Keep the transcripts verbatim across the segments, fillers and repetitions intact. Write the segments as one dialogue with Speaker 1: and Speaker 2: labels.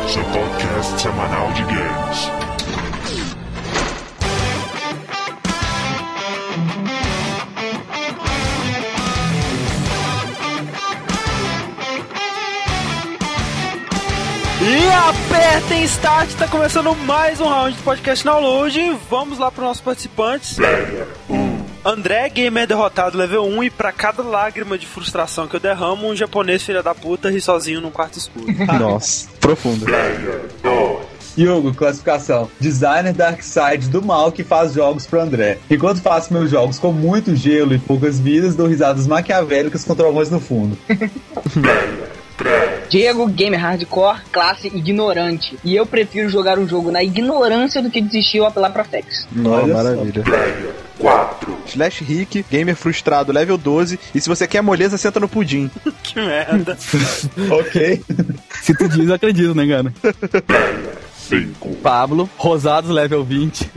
Speaker 1: seu podcast semanal de games.
Speaker 2: E apertem start, tá começando mais um round de podcast download. Vamos lá para os nossos participantes. André, gamer derrotado, level um, e pra cada lágrima de frustração que eu derramo, um japonês filha da puta ri sozinho num quarto escuro.
Speaker 3: Nossa, profundo.
Speaker 4: Hugo, classificação: designer Darkseid do mal que faz jogos pro André. Enquanto faço meus jogos com muito gelo e poucas vidas, dou risadas maquiavélicas com trovões no fundo.
Speaker 5: Diego, gamer hardcore, classe ignorante. E eu prefiro jogar um jogo na ignorância do que desistir ou apelar pra Fex.
Speaker 3: Nossa, maravilha.
Speaker 1: quatro.
Speaker 3: Slash Rick, gamer frustrado, level doze. E se você quer moleza, senta no pudim.
Speaker 2: Que merda.
Speaker 4: Ok.
Speaker 6: Se tu diz, eu acredito, né, cara?
Speaker 1: cinco.
Speaker 6: Pablo, Rosados, level vinte.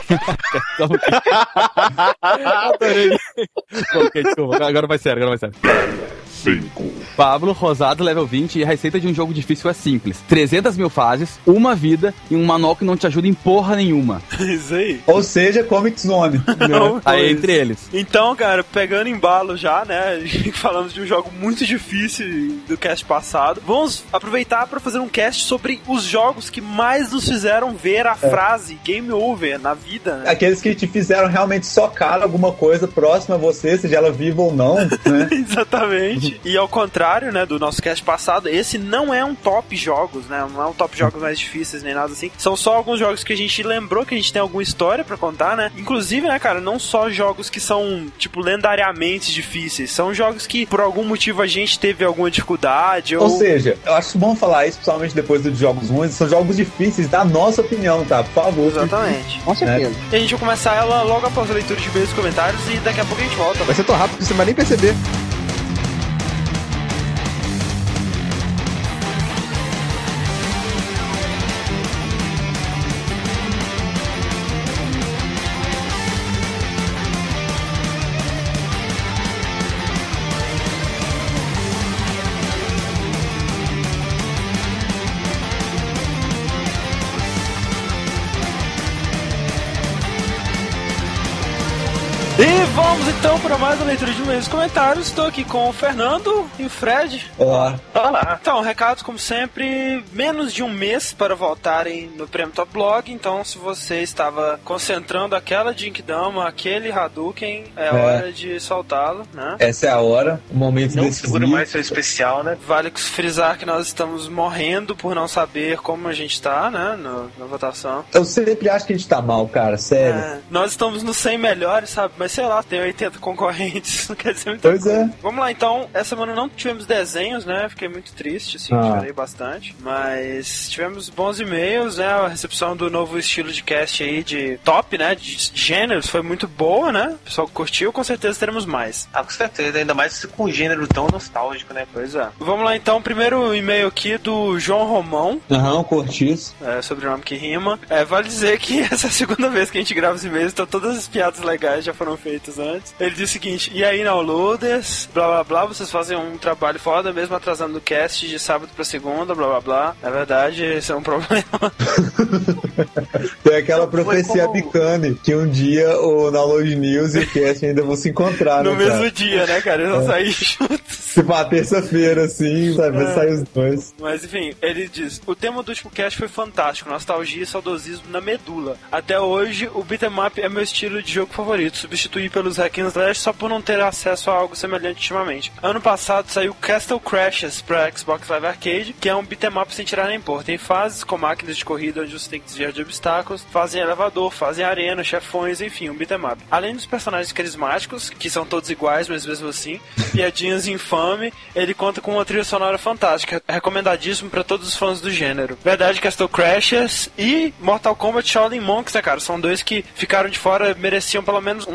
Speaker 6: Adorei. Ok, desculpa, agora vai sério, agora vai sério.
Speaker 1: cinco.
Speaker 6: Pablo, Rosado, level vinte, e a receita de um jogo difícil é simples. trezentas mil fases, uma vida e um manual que não te ajuda em porra nenhuma.
Speaker 2: Isso aí.
Speaker 4: Ou seja, Comic Zone.
Speaker 2: Não,
Speaker 6: Aí
Speaker 2: pois.
Speaker 6: entre eles.
Speaker 2: Então, cara, pegando embalo já, né, falamos de um jogo muito difícil do cast passado, vamos aproveitar para fazer um cast sobre os jogos que mais nos fizeram ver a
Speaker 4: É.
Speaker 2: frase game over na vida, né?
Speaker 4: Aqueles que te fizeram realmente socar alguma coisa próxima a você, seja ela viva ou não, né?
Speaker 2: Exatamente. E ao contrário, né, do nosso cast passado, esse não é um top jogos, né? Não é um top jogos mais difíceis nem nada assim. São só alguns jogos que a gente lembrou que a gente tem alguma história pra contar, né? Inclusive, né, cara, não só jogos que são, tipo, lendariamente difíceis. São jogos que, por algum motivo, a gente teve alguma dificuldade ou...
Speaker 4: Ou seja, eu acho bom falar isso, principalmente depois dos jogos ruins, são jogos difíceis da nossa opinião, tá? Por favor.
Speaker 2: Exatamente.
Speaker 5: Com certeza.
Speaker 2: E a gente vai começar ela logo após a leitura de e-mails e comentários e daqui a pouco a gente volta.
Speaker 3: Vai ser tão rápido que você não vai nem perceber.
Speaker 2: E vamos então para mais uma leitura de e-mails e comentários. Estou aqui com o Fernando e o Fred.
Speaker 4: Olá.
Speaker 2: Olá. Então, recados como sempre, menos de um mês para voltarem no Prêmio Top Blog. Então, se você estava concentrando aquela Jinkidama, aquele Hadouken, é,
Speaker 4: É.
Speaker 2: hora de soltá-lo, né?
Speaker 4: Essa é a hora, o momento
Speaker 7: Não
Speaker 4: decisivo.
Speaker 7: segura mais seu especial, né?
Speaker 2: Vale frisar que nós estamos morrendo por não saber como a gente está, né, no, na votação.
Speaker 4: Eu sempre acho que a gente tá mal, cara, sério.
Speaker 2: É, nós estamos nos cem melhores, sabe? Mas sei lá, tem oitenta concorrentes, não quer dizer muita
Speaker 4: Pois
Speaker 2: coisa.
Speaker 4: é.
Speaker 2: Vamos lá então, essa semana não tivemos desenhos, né? Fiquei muito triste, assim,
Speaker 4: Ah.
Speaker 2: chorei bastante. Mas tivemos bons e-mails, né? A recepção do novo estilo de cast aí de top, né? De gêneros foi muito boa, né? O pessoal curtiu, com certeza teremos mais.
Speaker 7: Ah, com certeza, ainda mais com um gênero tão nostálgico, né?
Speaker 2: Pois é. Vamos lá então, primeiro e-mail aqui do João Romão,
Speaker 4: Aham, Cortiço.
Speaker 2: é, sobrenome que rima. É, vale dizer que essa é a segunda vez que a gente grava os e-mails, então todas as piadas legais já foram feitas antes. Ele diz o seguinte: e aí, downloaders, blá blá blá, vocês fazem um trabalho foda mesmo atrasando o cast de sábado pra segunda, blá blá blá. Na verdade, esse é um problema.
Speaker 4: Tem aquela
Speaker 7: Foi
Speaker 4: profecia
Speaker 7: como-
Speaker 4: bicane que um dia o Download News e o Cast ainda vão se encontrar,
Speaker 2: No
Speaker 4: né,
Speaker 2: mesmo
Speaker 4: cara?
Speaker 2: dia, né, cara? Eles vão sair juntos.
Speaker 4: Se for terça-feira, assim, sabe, vai
Speaker 2: É.
Speaker 4: sair os dois.
Speaker 2: Mas enfim, ele diz: o tema do último cast foi fantástico, nostalgia e saudosismo na medula. Até hoje, o beat'em up é meu estilo de jogo favorito, substituir pelos hack and slash só por não ter acesso a algo semelhante ultimamente. Ano passado saiu Castle Crashers pra Xbox Live Arcade, que é um beat'em up sem tirar nem pôr. Tem fases com máquinas de corrida onde você tem que desviar de obstáculos, fazem elevador, fazem arena, chefões, enfim, um beat'em up. Além dos personagens carismáticos, que são todos iguais, mas mesmo assim, piadinhas infame, ele conta com uma trilha sonora fantástica, recomendadíssimo pra todos os fãs do gênero. Verdade, Castle Crashers e Mortal Kombat Shaolin Monks, né, cara? São dois que ficaram de fora, mereciam pelo menos uma menção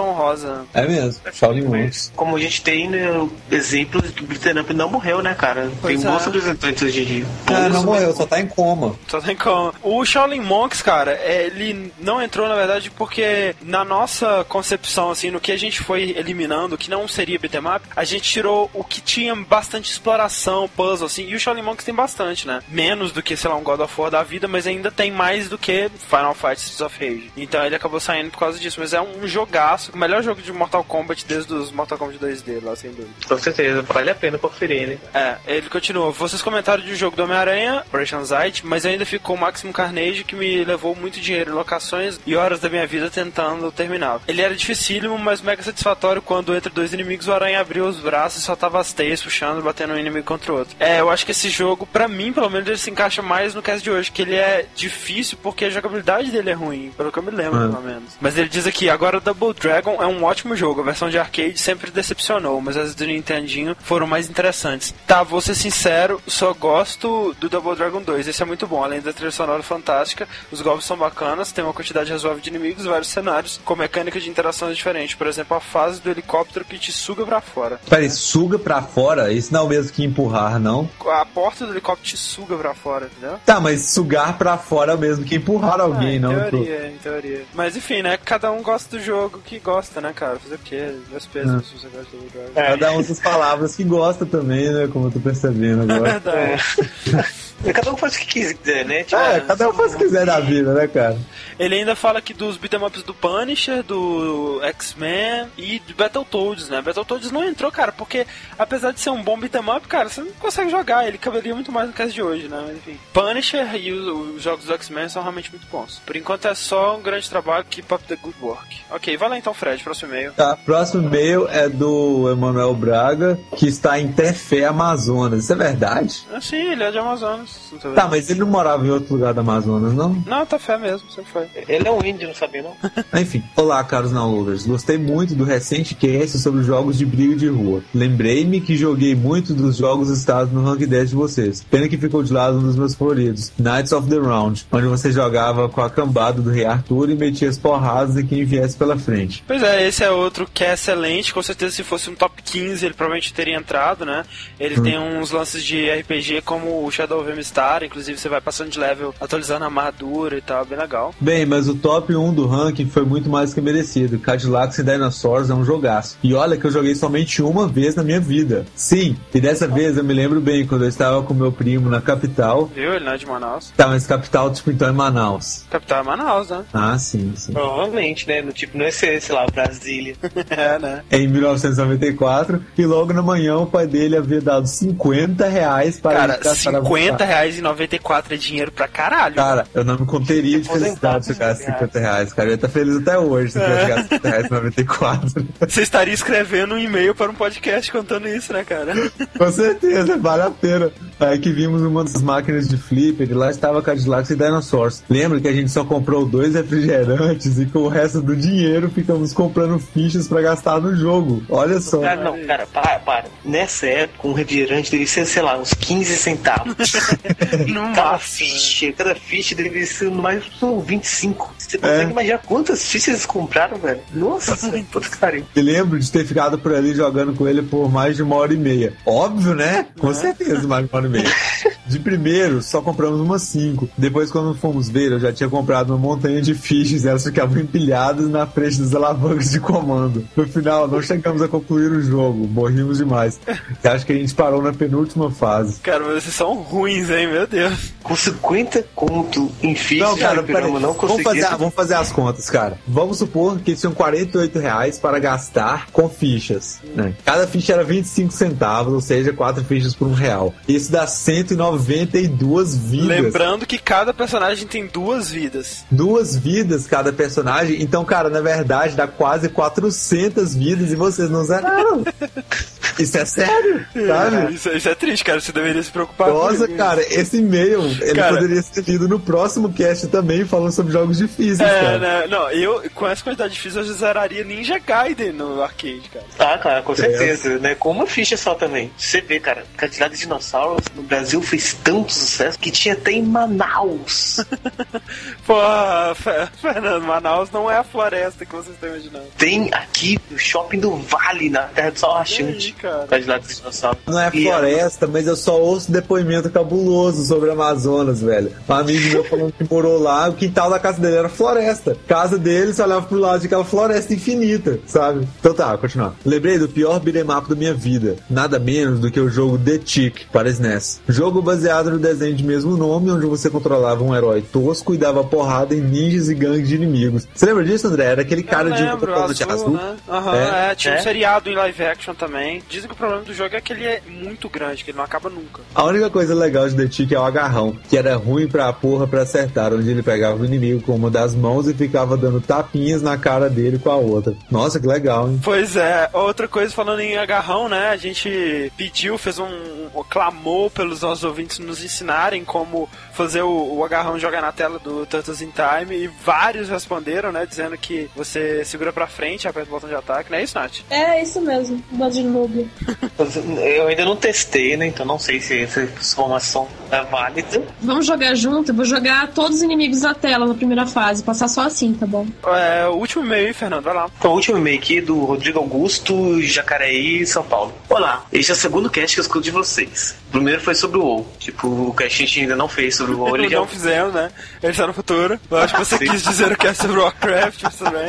Speaker 2: honrosa.
Speaker 4: É mesmo, Shaolin Monks.
Speaker 7: Como a gente tem né, exemplos do Beaten Up não morreu, né, cara?
Speaker 2: Pois
Speaker 7: tem
Speaker 2: é.
Speaker 7: bons representantes hoje em dia.
Speaker 4: Ah, não morreu, só tá em coma.
Speaker 2: Só tem como. O Shaolin Monks, cara, ele não entrou, na verdade, porque na nossa concepção, assim, no que a gente foi eliminando, que não seria beat'em up, a gente tirou o que tinha bastante exploração, puzzle, assim, e o Shaolin Monks tem bastante, né? Menos do que, sei lá, um God of War da vida, mas ainda tem mais do que Final Fight Streets of Rage. Então ele acabou saindo por causa disso, mas é um jogaço, o melhor jogo de Mortal Kombat desde os Mortal Kombat dois D, lá, sem dúvida.
Speaker 7: Com certeza, vale a pena conferir, né?
Speaker 2: É, ele continua. Vocês comentaram de um jogo do Homem-Aranha, Operation Zite, mas eu ainda fico com o Maximum Carnage, que me levou muito dinheiro em locações e horas da minha vida tentando terminar. Ele era dificílimo, mas mega satisfatório quando entre dois inimigos o Aranha abriu os braços e só tava as teias puxando, batendo um inimigo contra o outro. É, eu acho que esse jogo, pra mim, pelo menos, ele se encaixa mais no cast de hoje, que ele é difícil porque a jogabilidade dele é ruim, pelo que eu me lembro,
Speaker 4: Ah.
Speaker 2: pelo menos. Mas ele diz aqui, agora o Double Dragon é um ótimo jogo, a versão de arcade sempre decepcionou, mas as do Nintendinho foram mais interessantes. Tá, vou ser sincero, só gosto do Double Dragon dois, esse é muito bom, além da trilha sonora fantástica, os golpes são bacanas, tem uma quantidade razoável de inimigos, vários cenários, com mecânica de interações diferentes, por exemplo, a fase do helicóptero que te suga pra fora.
Speaker 4: Peraí, suga pra fora? Isso não é o mesmo que empurrar, não?
Speaker 2: A porta do helicóptero te suga pra fora, entendeu?
Speaker 4: Tá, mas sugar pra fora é o mesmo que empurrar alguém,
Speaker 2: Ah, em
Speaker 4: não?
Speaker 2: teoria, em teoria. Mas enfim, né? Cada um gosta do jogo que gosta, né, cara? Fazer o quê? Meus pesos, se você gosta do jogo.
Speaker 4: Cada um das palavras que gosta também, né? Como eu tô percebendo
Speaker 2: É
Speaker 4: agora.
Speaker 2: verdade.
Speaker 7: Cada um faz o que quiser, né? Tipo,
Speaker 4: É, cada um faz o que quiser da vida, né, cara?
Speaker 2: Ele ainda fala aqui dos beat'em ups do Punisher, do X-Men e do Battletoads, né? Battletoads não entrou, cara, porque apesar de ser um bom beat'em up, cara, você não consegue jogar. Ele caberia muito mais no caso de hoje, né? Mas, enfim. Punisher e os, os jogos do X-Men são realmente muito bons. Por enquanto é só um grande trabalho, keep up the good work. Ok, vai lá então, Fred, próximo e-mail.
Speaker 4: Tá, próximo e-mail é do Emanuel Braga, que está em Tefé, Amazonas. Isso é verdade?
Speaker 2: Ah, sim, ele é de Amazonas. Não tô vendo.
Speaker 4: Tá, mas ele não morava em outro lugar do Amazonas, não?
Speaker 2: Não, tá fé mesmo, sempre foi.
Speaker 7: ele é um índio, não sabia não?
Speaker 4: Enfim, olá, caros downloaders. Gostei muito do recente cast sobre jogos de briga de rua. Lembrei-me que joguei muito dos jogos listados no Rank dez de vocês. Pena que ficou de lado um dos meus favoritos, Knights of the Round, onde você jogava com a cambada do Rei Arthur e metia as porradas em quem viesse pela frente.
Speaker 2: Pois é, esse é outro que é excelente. Com certeza, se fosse um top quinze, ele provavelmente teria entrado, né? Ele hum. tem uns lances de R P G como o Shadow of Star, inclusive você vai passando de level, atualizando a armadura e tal, bem legal.
Speaker 4: Bem, mas o top um do ranking foi muito mais que merecido. Cadillacs e Dinosaurs é um jogaço. E olha que eu joguei somente uma vez na minha vida. Sim, e dessa vez eu me lembro bem, quando eu estava com meu primo na capital.
Speaker 2: Viu? Ele não é de Manaus.
Speaker 4: Tá, mas capital, tipo, então é Manaus.
Speaker 2: Capital é Manaus, né?
Speaker 4: Ah, sim, sim.
Speaker 7: Provavelmente, né? No tipo, não é ser, sei lá, Brasília.
Speaker 2: É, né?
Speaker 4: Em mil novecentos e noventa e quatro, e logo na manhã o pai dele havia dado cinquenta reais para
Speaker 2: cara,
Speaker 4: ele caçar a
Speaker 2: cinquenta reais e noventa e quatro é dinheiro pra caralho.
Speaker 4: Cara, eu não me conteria de felicidade se eu gastasse cinquenta reais, cara. Eu ia estar feliz até hoje se eu tivesse gasto cinquenta reais e noventa e quatro.
Speaker 2: Você estaria escrevendo um e-mail para um podcast contando isso, né, cara?
Speaker 4: Com certeza, vale a pena. Aí que vimos uma das máquinas de flipper e lá estava Cadillacs e Dinosaurs. Lembra que a gente só comprou dois refrigerantes e com o resto do dinheiro ficamos comprando fichas pra gastar no jogo. Olha só.
Speaker 7: Cara, não, cara, para, para. Nessa época, um refrigerante devia ser, sei lá, uns quinze centavos.
Speaker 2: No
Speaker 7: cada
Speaker 2: máximo,
Speaker 7: ficha, né? Cada ficha devia ser mais uns vinte e cinco. Você consegue é. imaginar quantas fichas eles compraram, velho? Nossa, puta que pariu.
Speaker 4: Eu lembro de ter ficado por ali jogando com ele por mais de uma hora e meia. Óbvio, né? Com é. certeza, mais de uma hora e meia. De primeiro, só compramos umas cinco. Depois, quando fomos ver, eu já tinha comprado uma montanha de fichas. Elas ficavam empilhadas na frente das alavancas de comando. No final, não chegamos a concluir o jogo. Morrimos demais. Eu acho que a gente parou na penúltima fase.
Speaker 2: Cara, mas vocês são ruins, hein? Meu Deus.
Speaker 7: Com cinquenta conto em fichas,
Speaker 4: não, cara,
Speaker 7: peraí, não
Speaker 4: vamos, fazer, vamos fazer as contas, cara. Vamos supor que tinham quarenta e oito reais para gastar com fichas. Né? Cada ficha era vinte e cinco centavos, ou seja, quatro fichas por um real. Isso dá cento e noventa e duas vidas.
Speaker 2: Lembrando que cada personagem tem duas vidas.
Speaker 4: Duas vidas cada personagem. Então, cara, na verdade, dá quase quatrocentas vidas e vocês não zeraram. Isso é sério, sabe?
Speaker 2: Isso, isso é triste, cara. Você deveria se preocupar
Speaker 4: Nossa,
Speaker 2: com
Speaker 4: cara, esse e-mail, ele
Speaker 2: cara,
Speaker 4: poderia ser lido no próximo cast também, falando sobre jogos difíceis,
Speaker 2: é,
Speaker 4: cara.
Speaker 2: Né, não, eu, com essa quantidade de fichas, eu zeraria Ninja Gaiden no arcade, cara.
Speaker 7: Ah, cara, com certeza, é. né? Com uma ficha só também. Você vê, cara, quantidade de dinossauros no Brasil fez tanto sucesso que tinha até em Manaus.
Speaker 2: Porra, Fernando, Manaus não é a floresta que vocês estão imaginando.
Speaker 7: Tem aqui no shopping do Vale, na terra do Sol Rachante. Quantidade de dinossauros.
Speaker 4: Não é
Speaker 7: e
Speaker 4: floresta, mas eu só ouço depoimento cabuloso sobre Amazonas, velho. Um amigo meu falando que morou lá, o quintal da casa dele era floresta. Casa dele, você olhava pro lado de aquela floresta infinita, sabe? Então tá, continuar. Lembrei do pior beat'em up da minha vida. Nada menos do que o jogo The Tick para S N E S. Jogo baseado no desenho de mesmo nome, onde você controlava um herói tosco e dava porrada em ninjas e gangues de inimigos. Você lembra disso, André? Era aquele cara de
Speaker 2: lembro, azul, de azul, né? Aham, uhum, é. é, tinha é. um seriado em live action também. Dizem que o problema do jogo é que ele é muito grande, que ele não acaba nunca.
Speaker 4: A única coisa legal de The Tick é o agarrão, que era ruim pra porra pra acertar, onde ele pegava o inimigo com uma das mãos e ficava dando tapinhas na cara dele com a outra. Nossa, que legal, hein?
Speaker 2: Pois é, outra coisa falando em agarrão, né? A gente pediu, fez um, um clamou pelos nossos ouvintes nos ensinarem como fazer o, o agarrão jogar na tela do Turtles in Time, e vários responderam, né? Dizendo que você segura pra frente, aperta o botão de ataque, não é isso, Nath?
Speaker 8: É, isso mesmo, bando de noob.
Speaker 7: Eu ainda não testei, né? Então não sei se essa informação é válida.
Speaker 8: Vamos jogar junto, eu vou jogar todos os inimigos na tela na primeira fase, passar só assim, tá bom?
Speaker 2: É, o último e-mail aí, Fernando, vai lá.
Speaker 7: Então, o último e-mail aqui do Rodrigo Augusto, Jacareí, São Paulo. Olá, este é o segundo cast que eu escuto de vocês. O primeiro foi sobre o WoW. Tipo, o cast a gente ainda não fez sobre o WoW. Ele
Speaker 2: não
Speaker 7: já...
Speaker 2: fizemos, né? Ele está no futuro. Eu acho que você quis dizer o cast sobre Warcraft, mas também.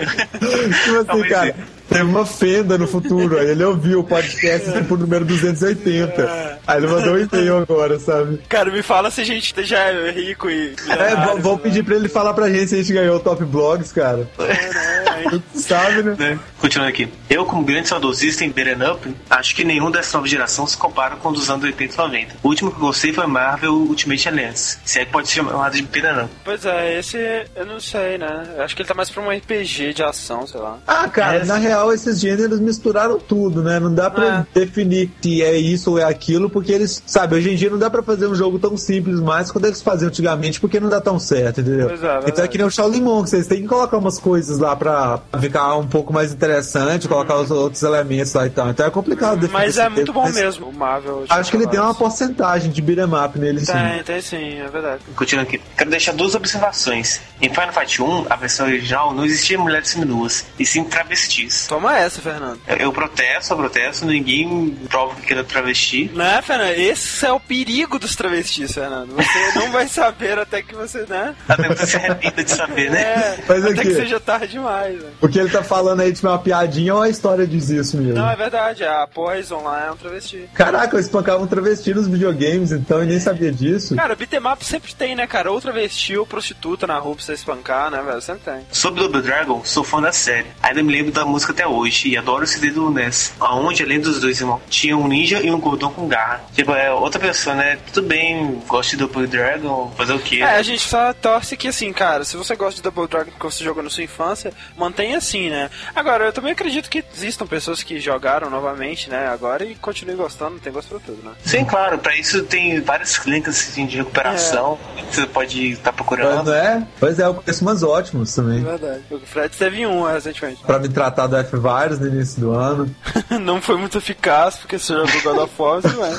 Speaker 4: Tipo assim, cara, teve uma fenda no futuro. Aí ele ouviu o podcast tipo número duzentos e oitenta. É. Aí ele mandou um e-mail agora, sabe?
Speaker 2: Cara, me fala se a gente já é rico e...
Speaker 4: É, vamos né? pedir pra ele falar pra gente se a gente ganhou o Top Blogs, cara. É, né? Sabe, né?
Speaker 7: né? Continuando aqui. Eu, como grande saudosista em beat'em up, acho que nenhum dessa nova geração se compara com os dos anos oitenta e noventa. O último que eu gostei foi Marvel Ultimate Alliance. Se é que pode ser chamado de beat'em up.
Speaker 2: Pois é, esse eu não sei, né? Eu acho que ele tá mais pra um R P G de ação, sei lá.
Speaker 4: Ah, cara, é, na real esses gêneros misturaram tudo, né? Não dá pra é. definir se é isso ou é aquilo, porque eles, sabe, hoje em dia não dá pra fazer um jogo tão simples mais quando eles faziam antigamente, porque não dá tão certo, entendeu?
Speaker 2: Pois é,
Speaker 4: então é que nem o Shaolin Monk, vocês têm que colocar umas coisas lá pra ficar um pouco mais interessante, colocar os outros elementos lá e tal. Então é complicado definir.
Speaker 2: Mas é muito bom
Speaker 4: mas
Speaker 2: mesmo, o Marvel.
Speaker 4: Acho que ele tem uma porcentagem de beat'em up nele, sim.
Speaker 2: Tem, tem sim, é verdade.
Speaker 7: Continuando aqui. Quero deixar duas observações. Em Final Fight um, a versão original, não existia mulheres seminuas, e sim travestis.
Speaker 2: Toma essa, Fernando.
Speaker 7: Eu, eu protesto, eu protesto, ninguém prova que era travesti.
Speaker 2: Não é, Fernando? Esse é o perigo dos travestis, Fernando. Você não vai saber até que você, né?
Speaker 7: Até que você se arrependa de saber, né?
Speaker 2: É,
Speaker 4: mas
Speaker 2: até
Speaker 4: aqui,
Speaker 2: que seja tarde demais. Né?
Speaker 4: O que ele tá falando aí de uma piadinha ou a história diz isso mesmo?
Speaker 2: Não, é verdade. A Poison lá é um travesti.
Speaker 4: Caraca, eu espancava um travesti nos videogames, então eu nem sabia disso.
Speaker 2: Cara, beat'em up sempre tem, né, cara? Ou travesti ou prostituta na rua pra você espancar, né, velho? Sempre tem.
Speaker 7: Sobre Double Dragon, sou fã da série. Ainda me lembro da música até hoje e adoro o C D do N E S, onde, além dos dois irmãos, tinha um ninja e um gordão com garra. Tipo, é outra pessoa, né? Tudo bem, gosto de Double Dragon, fazer o quê?
Speaker 2: É, a gente só torce que, assim, cara, se você gosta de Double Dragon que você jogou na sua infância, mantenha assim, né? Agora, eu também acredito que existam pessoas que jogaram novamente, né, agora e continuem gostando, tem gosto pra tudo, né?
Speaker 7: Sim, claro, pra isso tem várias clínicas assim, de recuperação é. que você pode estar tá procurando.
Speaker 4: Pois é, pois é, eu conheço umas ótimas também.
Speaker 2: É verdade. O Fred teve um recentemente.
Speaker 4: Pra me tratar do F-Virus no início do ano.
Speaker 2: Não foi muito eficaz, porque você jogou God of War,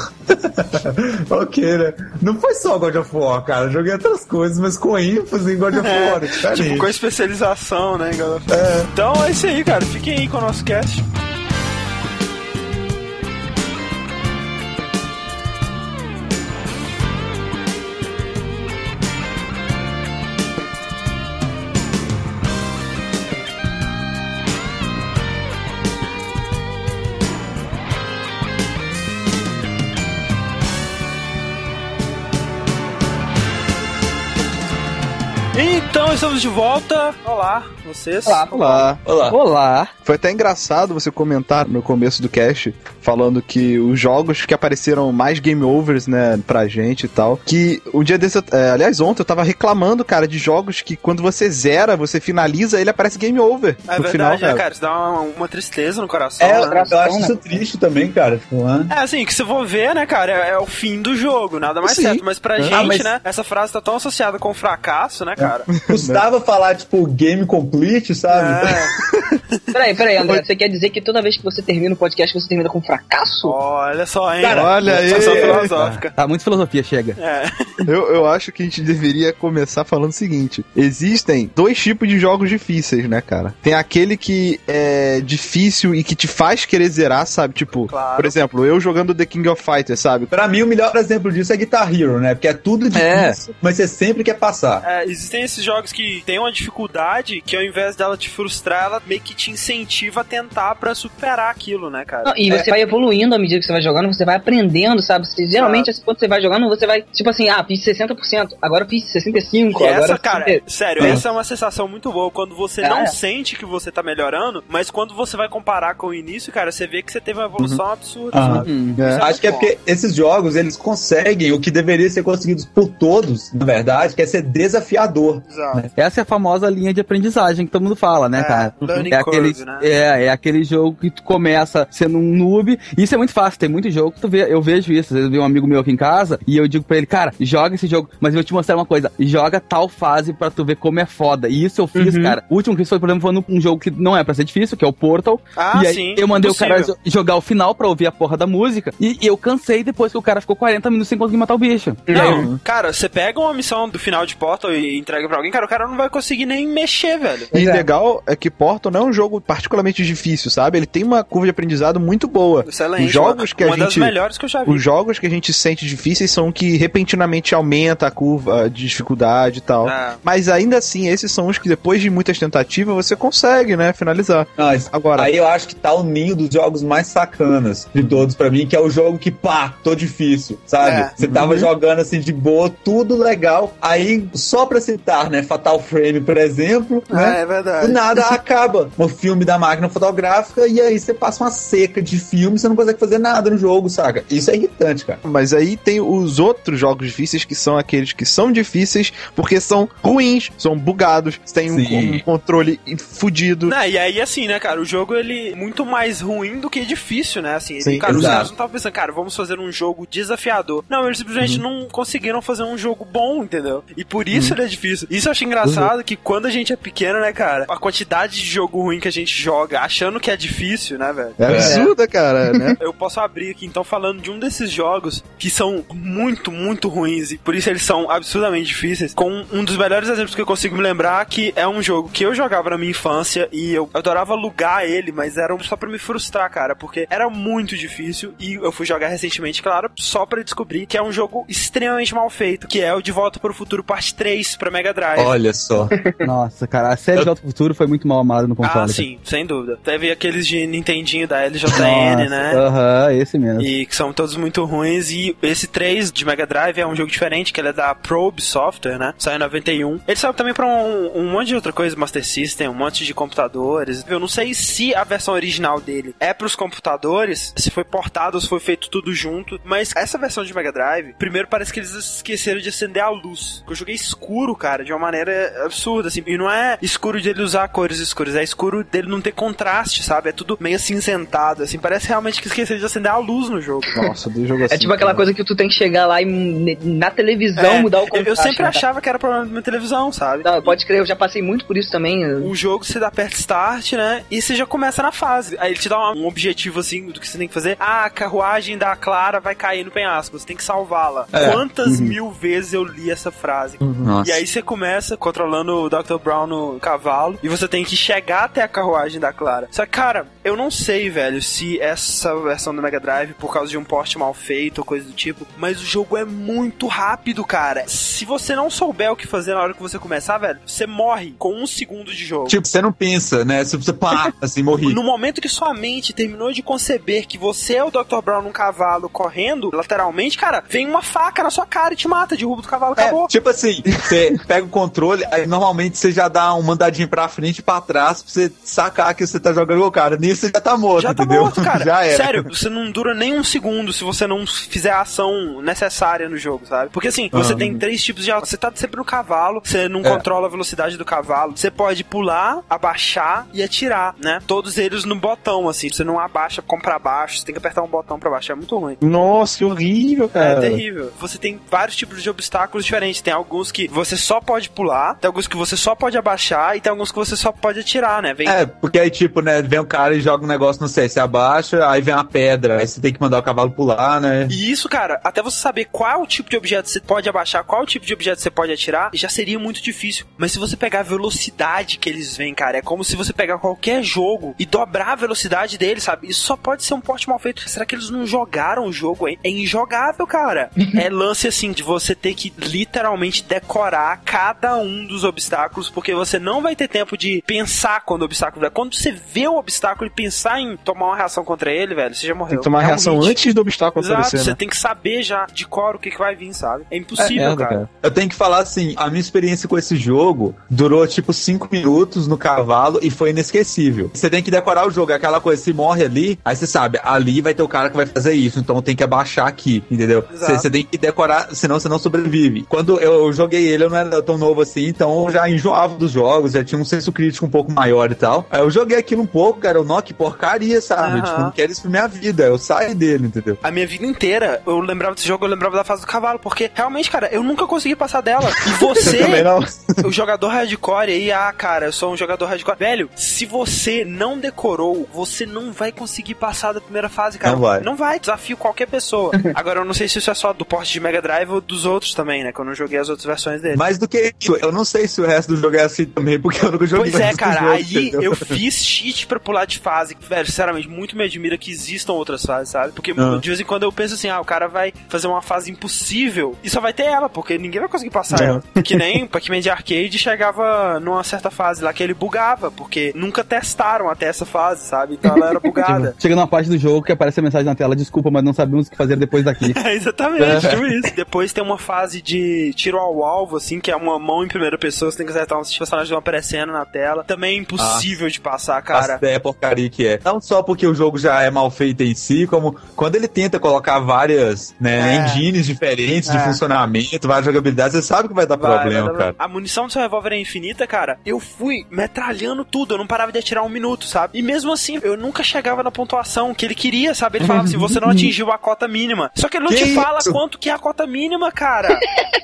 Speaker 2: mas...
Speaker 4: Ok, né? Não foi só God of War, cara. Eu joguei outras coisas, mas com ênfase em God of
Speaker 2: é,
Speaker 4: War. É
Speaker 2: tipo, com especialização, né, em God of War.
Speaker 4: É.
Speaker 2: Então é isso aí, cara. Fiquem aí com o nosso cast. Então estamos de volta. Olá, vocês.
Speaker 3: Olá. Olá.
Speaker 6: Olá.
Speaker 3: Olá. Foi até engraçado você comentar no começo do cast falando que os jogos que apareceram mais game overs, né, pra gente e tal, que um dia desse, é, aliás, ontem eu tava reclamando, cara, de jogos que quando você zera, você finaliza, ele aparece game over.
Speaker 2: É
Speaker 3: no
Speaker 2: verdade,
Speaker 3: final,
Speaker 2: né,
Speaker 3: cara.
Speaker 2: cara? Isso dá uma, uma tristeza no coração.
Speaker 4: É,
Speaker 2: né?
Speaker 4: eu acho isso triste também, cara. Tipo, né?
Speaker 2: É, assim, que se for ver, né, cara, é, é o fim do jogo, nada mais
Speaker 3: Sim.
Speaker 2: certo. Mas pra
Speaker 3: Ah,
Speaker 2: gente,
Speaker 4: mas-
Speaker 2: né, essa frase tá tão associada com fracasso, né, cara?
Speaker 4: Custava falar, tipo, game complete, sabe?
Speaker 2: É.
Speaker 5: Peraí, peraí, André, você quer dizer que toda vez que você termina o podcast, você termina com fracasso?
Speaker 2: Olha só, hein?
Speaker 3: Cara, olha aí.
Speaker 2: Sensação filosófica.
Speaker 6: Tá, muito filosofia, chega.
Speaker 2: É.
Speaker 3: Eu, eu acho que a gente deveria começar falando o seguinte: existem dois tipos de jogos difíceis, né, cara? Tem aquele que é difícil e que te faz querer zerar, sabe? Tipo,
Speaker 2: Claro.
Speaker 3: por exemplo, eu jogando The King of Fighters, sabe?
Speaker 4: Pra mim, o melhor exemplo disso é Guitar Hero, né? Porque é tudo difícil, mas você sempre quer passar.
Speaker 2: É, existem esses jogos que tem uma dificuldade que ao invés dela te frustrar, ela meio que te incentiva a tentar pra superar aquilo, né, cara?
Speaker 5: Não, e você vai evoluindo à medida que você vai jogando, você vai aprendendo, sabe? Você, geralmente, assim, quando você vai jogando, você vai, tipo assim, ah, fiz sessenta por cento, agora eu fiz sessenta e cinco por cento,
Speaker 2: E
Speaker 5: agora...
Speaker 2: essa, cara,
Speaker 5: sessenta-
Speaker 2: sério,
Speaker 4: Ah.
Speaker 2: essa é uma sensação muito boa quando você
Speaker 5: É.
Speaker 2: não sente que você tá melhorando, mas quando você vai comparar com o início, cara, você vê que você teve uma evolução absurda.
Speaker 4: Ah.
Speaker 2: sabe?
Speaker 6: Hum.
Speaker 3: É.
Speaker 2: Isso
Speaker 4: Acho que é
Speaker 2: muito
Speaker 4: porque esses jogos, eles conseguem o que deveria ser conseguido por todos, na verdade, que é ser desafiador.
Speaker 2: bom. Exato.
Speaker 6: Essa é a famosa linha de aprendizagem que todo mundo fala, né,
Speaker 2: É,
Speaker 6: cara?
Speaker 2: learning
Speaker 6: É aquele,
Speaker 2: curve, né?
Speaker 6: é, é aquele jogo que tu começa sendo um noob. Isso é muito fácil, tem muito jogo que tu vê, eu vejo isso. Às vezes eu vi um amigo meu aqui em casa e eu digo pra ele, cara, joga esse jogo, mas eu vou te mostrar uma coisa, joga tal fase pra tu ver como é foda. E isso eu fiz, cara. O último que foi, por exemplo, foi num jogo que não é pra ser difícil, que é o Portal.
Speaker 2: Ah,
Speaker 6: e aí
Speaker 2: sim,
Speaker 6: eu mandei
Speaker 2: impossível.
Speaker 6: o cara jo- jogar o final pra ouvir a porra da música. E eu cansei depois que o cara ficou quarenta minutos sem conseguir matar o bicho. E aí eu-
Speaker 2: Não, cara, você pega uma missão do final de Portal e entrega pra alguém, cara, o cara não vai conseguir nem mexer, velho.
Speaker 3: E
Speaker 5: Pois é.
Speaker 3: legal é que Portal não é um jogo particularmente difícil, sabe? Ele tem uma curva de aprendizado muito boa.
Speaker 2: Excelente.
Speaker 3: Os jogos que a
Speaker 2: uma das
Speaker 3: gente
Speaker 2: melhores que eu já vi.
Speaker 3: Os jogos que a gente sente difíceis são que repentinamente aumenta a curva de dificuldade e tal.
Speaker 2: É.
Speaker 3: Mas ainda assim, esses são os que depois de muitas tentativas você consegue, né, finalizar.
Speaker 4: Mas
Speaker 3: Agora-
Speaker 4: aí eu acho que tá o ninho dos jogos mais sacanas de todos pra mim, que é o jogo que, pá, tô difícil, sabe?
Speaker 2: É.
Speaker 4: Você tava jogando assim de boa, tudo legal. Aí, só pra citar, né, Fatal Frame, por exemplo, né?
Speaker 2: É, é verdade.
Speaker 4: Do nada acaba o filme da máquina fotográfica e aí você passa uma seca de filme, você não consegue fazer nada no jogo, saca? Isso é irritante, cara.
Speaker 3: Mas aí tem os outros jogos difíceis que são aqueles que são difíceis porque são ruins, são bugados, tem um,
Speaker 4: Sim.
Speaker 3: um controle fudido.
Speaker 2: Não, e aí, assim, né, cara, o jogo, ele é muito mais ruim do que difícil, né, assim.
Speaker 3: Sim,
Speaker 2: cara, os
Speaker 4: exato.
Speaker 2: caras não estavam pensando, cara, vamos fazer um jogo desafiador. Não, eles simplesmente não conseguiram fazer um jogo bom, entendeu? E por isso ele é difícil. Isso eu acho engraçado, que quando a gente é pequeno, né, cara, a quantidade de jogo ruim que a gente joga, achando que é difícil, né, velho?
Speaker 3: É absurda, cara, né?
Speaker 2: Eu posso abrir aqui, então, falando de um desses jogos que são muito, muito ruins e por isso eles são absurdamente difíceis, com um dos melhores exemplos que eu consigo me lembrar, que é um jogo que eu jogava na minha infância e eu adorava alugar ele, mas era só pra me frustrar, cara, porque era muito difícil e eu fui jogar recentemente, claro, só pra descobrir que é um jogo extremamente mal feito, que é o De Volta para o Futuro Parte três pra Mega Drive.
Speaker 4: Olha só.
Speaker 6: Nossa, cara, a série de Alto Futuro foi muito mal amada no console.
Speaker 2: Ah,
Speaker 6: cara.
Speaker 2: sim, sem dúvida. Teve aqueles de Nintendinho da L J N,
Speaker 6: Nossa,
Speaker 2: né?
Speaker 6: Aham, esse mesmo.
Speaker 2: E que são todos muito ruins. E esse três de Mega Drive é um jogo diferente, que ele é da Probe Software, né? Saiu em noventa e um. Ele saiu também pra um, um monte de outra coisa, Master System, um monte de computadores. Eu não sei se a versão original dele é pros computadores, se foi portado ou se foi feito tudo junto. Mas essa versão de Mega Drive, primeiro parece que eles esqueceram de acender a luz. Eu joguei escuro, cara, de uma maneira absurda, assim. E não é escuro de ele usar cores escuras, é escuro dele não ter contraste, sabe? É tudo meio acinzentado, assim. Parece realmente que esqueceram de acender a luz no jogo.
Speaker 3: Nossa, do jogo assim.
Speaker 5: É tipo aquela
Speaker 3: cara.
Speaker 5: coisa que tu tem que chegar lá e n- na televisão
Speaker 2: É,
Speaker 5: mudar o
Speaker 2: eu,
Speaker 5: contraste.
Speaker 2: eu sempre
Speaker 5: né?
Speaker 2: achava que era problema da minha televisão, sabe?
Speaker 5: Não, pode crer, eu já passei muito por isso também.
Speaker 2: O jogo você dá aperta start, né? E você já começa na fase. Aí ele te dá um objetivo assim do que você tem que fazer. Ah, a carruagem da Clara vai cair no penhasco. Você tem que salvá-la.
Speaker 4: É.
Speaker 2: Quantas mil vezes eu li essa frase?
Speaker 4: Nossa.
Speaker 2: E aí você começa controlando o doutor Brown no cavalo e você tem que chegar até a carruagem da Clara. Só que, cara, eu não sei, velho, se essa versão do Mega Drive, por causa de um porte mal feito ou coisa do tipo, mas o jogo é muito rápido, cara. Se você não souber o que fazer na hora que você começar, velho, você morre com um segundo de jogo.
Speaker 4: Tipo, você não pensa, né? Se você pá, assim, morri.
Speaker 2: No momento que sua mente terminou de conceber que você é o doutor Brown num cavalo correndo, lateralmente, cara, vem uma faca na sua cara e te mata, derruba do cavalo, acabou.
Speaker 4: É, tipo assim, você pega o controle, aí normalmente você já dá um mandadinho pra frente e pra trás pra você sacar que você tá jogando com o cara. Nisso você já tá morto,
Speaker 2: Já tá
Speaker 4: entendeu?
Speaker 2: morto, cara.
Speaker 3: Já era.
Speaker 2: Sério, você não dura nem um segundo se você não fizer a ação necessária no jogo, sabe? Porque assim, você
Speaker 4: Uhum.
Speaker 2: tem três tipos de ação. Você tá sempre no cavalo, você não
Speaker 4: É.
Speaker 2: controla a velocidade do cavalo. Você pode pular, abaixar e atirar, né? Todos eles no botão, assim. Você não abaixa com pra baixo, você tem que apertar um botão pra baixo. É muito ruim.
Speaker 3: Nossa, que horrível,
Speaker 2: É
Speaker 3: cara.
Speaker 2: terrível. Você tem vários tipos de obstáculos diferentes. Tem alguns que você só pode pular, tem alguns que você só pode abaixar e tem alguns que você só pode atirar, né? Vem...
Speaker 4: É, porque aí, tipo, né, vem um cara e joga um negócio no céu, você abaixa, aí vem uma pedra, aí você tem que mandar o cavalo pular, né?
Speaker 2: E isso, cara, até você saber qual o tipo de objeto você pode abaixar, qual o tipo de objeto você pode atirar, já seria muito difícil. Mas se você pegar a velocidade que eles vêm, cara, é como se você pegar qualquer jogo e dobrar a velocidade deles, sabe? Isso só pode ser um porte mal feito. Será que eles não jogaram o jogo, hein? É injogável, cara. É lance, assim, de você ter que literalmente decorar cada um dos obstáculos, porque você não vai ter tempo de pensar quando o obstáculo vier. Quando você vê o obstáculo e pensar em tomar uma reação contra ele, velho, você já morreu.
Speaker 3: Tem que tomar
Speaker 2: É um
Speaker 3: reação
Speaker 2: hit.
Speaker 3: antes do obstáculo
Speaker 2: Exato,
Speaker 3: aparecer,
Speaker 2: você
Speaker 3: né?
Speaker 2: tem que saber já de cor o que, que vai vir, sabe? É impossível,
Speaker 6: É merda,
Speaker 2: cara.
Speaker 6: cara.
Speaker 4: Eu tenho que falar assim, a minha experiência com esse jogo durou tipo cinco minutos no cavalo e foi inesquecível. Você tem que decorar o jogo, é aquela coisa, se morre ali, aí você sabe, ali vai ter o cara que vai fazer isso, então tem que abaixar aqui, entendeu?
Speaker 2: Exato.
Speaker 4: Você você tem que decorar, senão você não sobrevive. Quando eu joguei ele, eu não era tão novo assim, então eu já enjoava dos jogos, já tinha um senso crítico um pouco maior e tal. Aí eu joguei aquilo um pouco, cara, eu, não, que porcaria, sabe?
Speaker 2: Aham.
Speaker 4: Tipo, não quero isso pra minha vida, eu saio dele, entendeu?
Speaker 2: A minha vida inteira, eu lembrava desse jogo, eu lembrava da fase do cavalo, porque realmente, cara, eu nunca consegui passar dela. E você,
Speaker 3: Também não.
Speaker 2: o jogador hardcore aí, ah, cara, eu sou um jogador hardcore. Velho, se você não decorou, você não vai conseguir passar da primeira fase, cara.
Speaker 4: Não vai.
Speaker 2: Não vai, desafio qualquer pessoa. Agora, eu não sei se isso é só do porte de Mega Drive ou dos outros também, né, que eu não joguei as outras versões dele.
Speaker 4: Mais do que isso, eu não sei se o resto do jogo é assim também, porque eu nunca joguei
Speaker 2: Pois é,
Speaker 4: mais
Speaker 2: cara,
Speaker 4: do jogo,
Speaker 2: aí
Speaker 4: entendeu?
Speaker 2: eu fiz cheat pra pular de fase. Velho, sinceramente, muito me admira que existam outras fases, sabe? Porque
Speaker 4: Ah.
Speaker 2: de vez em quando eu penso assim, ah, o cara vai fazer uma fase impossível e só vai ter ela, porque ninguém vai conseguir passar
Speaker 3: É.
Speaker 2: ela. Que nem o Pac-Man de arcade chegava numa certa fase lá que ele bugava, porque nunca testaram até essa fase, sabe? Então ela era bugada.
Speaker 6: Chega numa parte do jogo que aparece a mensagem na tela, desculpa, mas não sabemos o que fazer depois daqui.
Speaker 2: É, exatamente, tipo isso. Depois tem uma fase de tiro ao alvo, assim, que é uma mão em primeira pessoa, você tem que acertar uns personagens que vão aparecendo na tela. Também é impossível de passar, cara.
Speaker 4: A é porcaria que é. Não só porque o jogo já é mal feito em si, como quando ele tenta colocar várias, né,
Speaker 2: É.
Speaker 4: engines diferentes de
Speaker 2: É.
Speaker 4: funcionamento, várias jogabilidades, você sabe que vai dar
Speaker 2: Vai,
Speaker 4: problema,
Speaker 2: vai dar-
Speaker 4: cara.
Speaker 2: A munição do seu revólver é infinita, cara. Eu fui metralhando tudo, eu não parava de atirar um minuto, sabe? E mesmo assim, eu nunca chegava na pontuação que ele queria, sabe? Ele falava assim, você não atingiu a cota mínima. Só que ele não
Speaker 4: Que
Speaker 2: te fala
Speaker 4: isso?
Speaker 2: quanto que é a cota mínima, cara.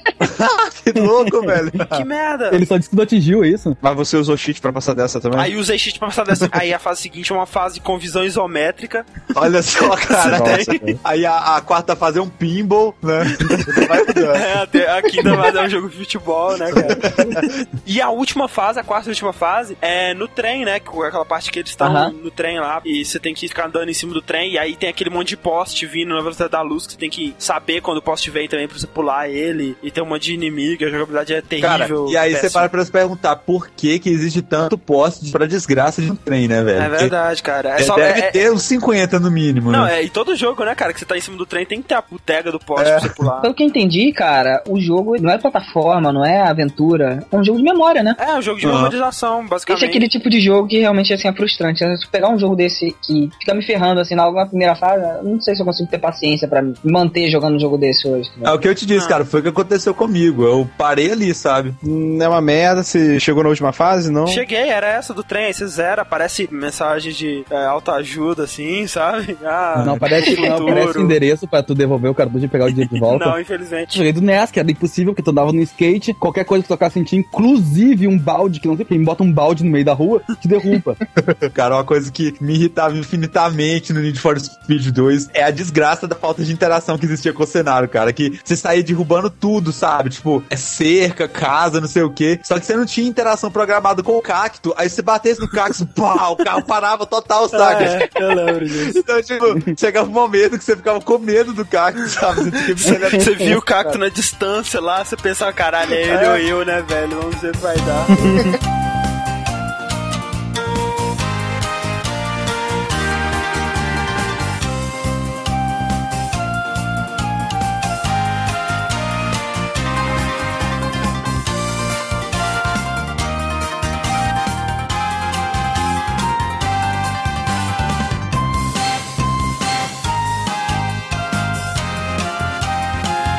Speaker 4: Que louco, velho.
Speaker 2: Que merda.
Speaker 6: Ele só disse que não atingiu isso.
Speaker 3: Mas você usou cheat pra passar dessa também?
Speaker 2: Aí usei cheat pra passar dessa. Aí a fase seguinte é uma fase com visão isométrica.
Speaker 4: Olha só, cara.
Speaker 3: Nossa, velho.
Speaker 4: Aí a, a quarta fase é um pinball, né? Vai mudando.
Speaker 2: É, até a quinta fase é um jogo de futebol, né, cara? E a última fase, a quarta e última fase, é no trem, né? Com aquela parte que eles estão
Speaker 5: Aham.
Speaker 2: no trem lá. E você tem que ficar andando em cima do trem. E aí tem aquele monte de poste vindo na velocidade da luz que você tem que saber quando o poste vem também pra você pular ele. E tem um monte de inimigo. A jogabilidade é
Speaker 4: Cara,
Speaker 2: terrível.
Speaker 4: e aí você
Speaker 2: péssima.
Speaker 4: para pra se perguntar por que que existe tanto poste pra desgraça de um trem, né, velho?
Speaker 2: É verdade, cara. É
Speaker 4: Porque
Speaker 2: só.
Speaker 4: deve
Speaker 2: é-
Speaker 4: ter uns cinquenta no mínimo,
Speaker 2: Não,
Speaker 4: né?
Speaker 2: é, e todo jogo, né, cara, que você tá em cima do trem tem que ter a botega do poste
Speaker 4: É.
Speaker 2: pra você pular.
Speaker 5: Pelo que eu entendi, cara, o jogo não é plataforma, não é aventura. É um jogo de memória, né?
Speaker 2: É, um jogo de
Speaker 4: Aham.
Speaker 2: memorização, basicamente.
Speaker 5: Esse é aquele tipo de jogo que realmente assim, é frustrante. Se eu pegar um jogo desse que fica me ferrando assim na primeira fase, eu não sei se eu consigo ter paciência pra me manter jogando um jogo desse hoje.
Speaker 4: É o que eu te disse,
Speaker 2: Ah.
Speaker 4: cara, foi o que aconteceu comigo. Eu parei ali, sabe?
Speaker 3: Hum, é uma merda. Você chegou na última fase, não?
Speaker 2: Cheguei, era essa do trem, aí você zera, aparece mensagem de é, autoajuda, assim, sabe? Ah,
Speaker 6: Não aparece, não
Speaker 2: futuro.
Speaker 6: aparece o endereço pra tu devolver o cartucho e pegar o dinheiro de volta.
Speaker 2: Não, infelizmente.
Speaker 6: Joguei do N E S, que era impossível, que tu andava no skate, qualquer coisa que tu tocasse em ti, inclusive um balde, que não sei quem bota um balde no meio da rua, te derruba.
Speaker 4: Cara, uma coisa que me irritava infinitamente no Need for Speed dois é a desgraça da falta de interação que existia com o cenário, cara. Que você saía derrubando tudo, sabe? Tipo, é cerca, casa, não sei o quê. Só que você não tinha interação programada com o cacto. Aí você batesse no cacto, pá, o carro parava total, saca?
Speaker 2: Ah, é, eu lembro disso.
Speaker 4: Então, tipo, chegava um momento que você ficava com medo do cacto, sabe? Você tinha que me olhar-
Speaker 2: Você viu o cacto na distância lá, você pensava, caralho, é ele ou eu, né, velho? Vamos ver o que vai dar.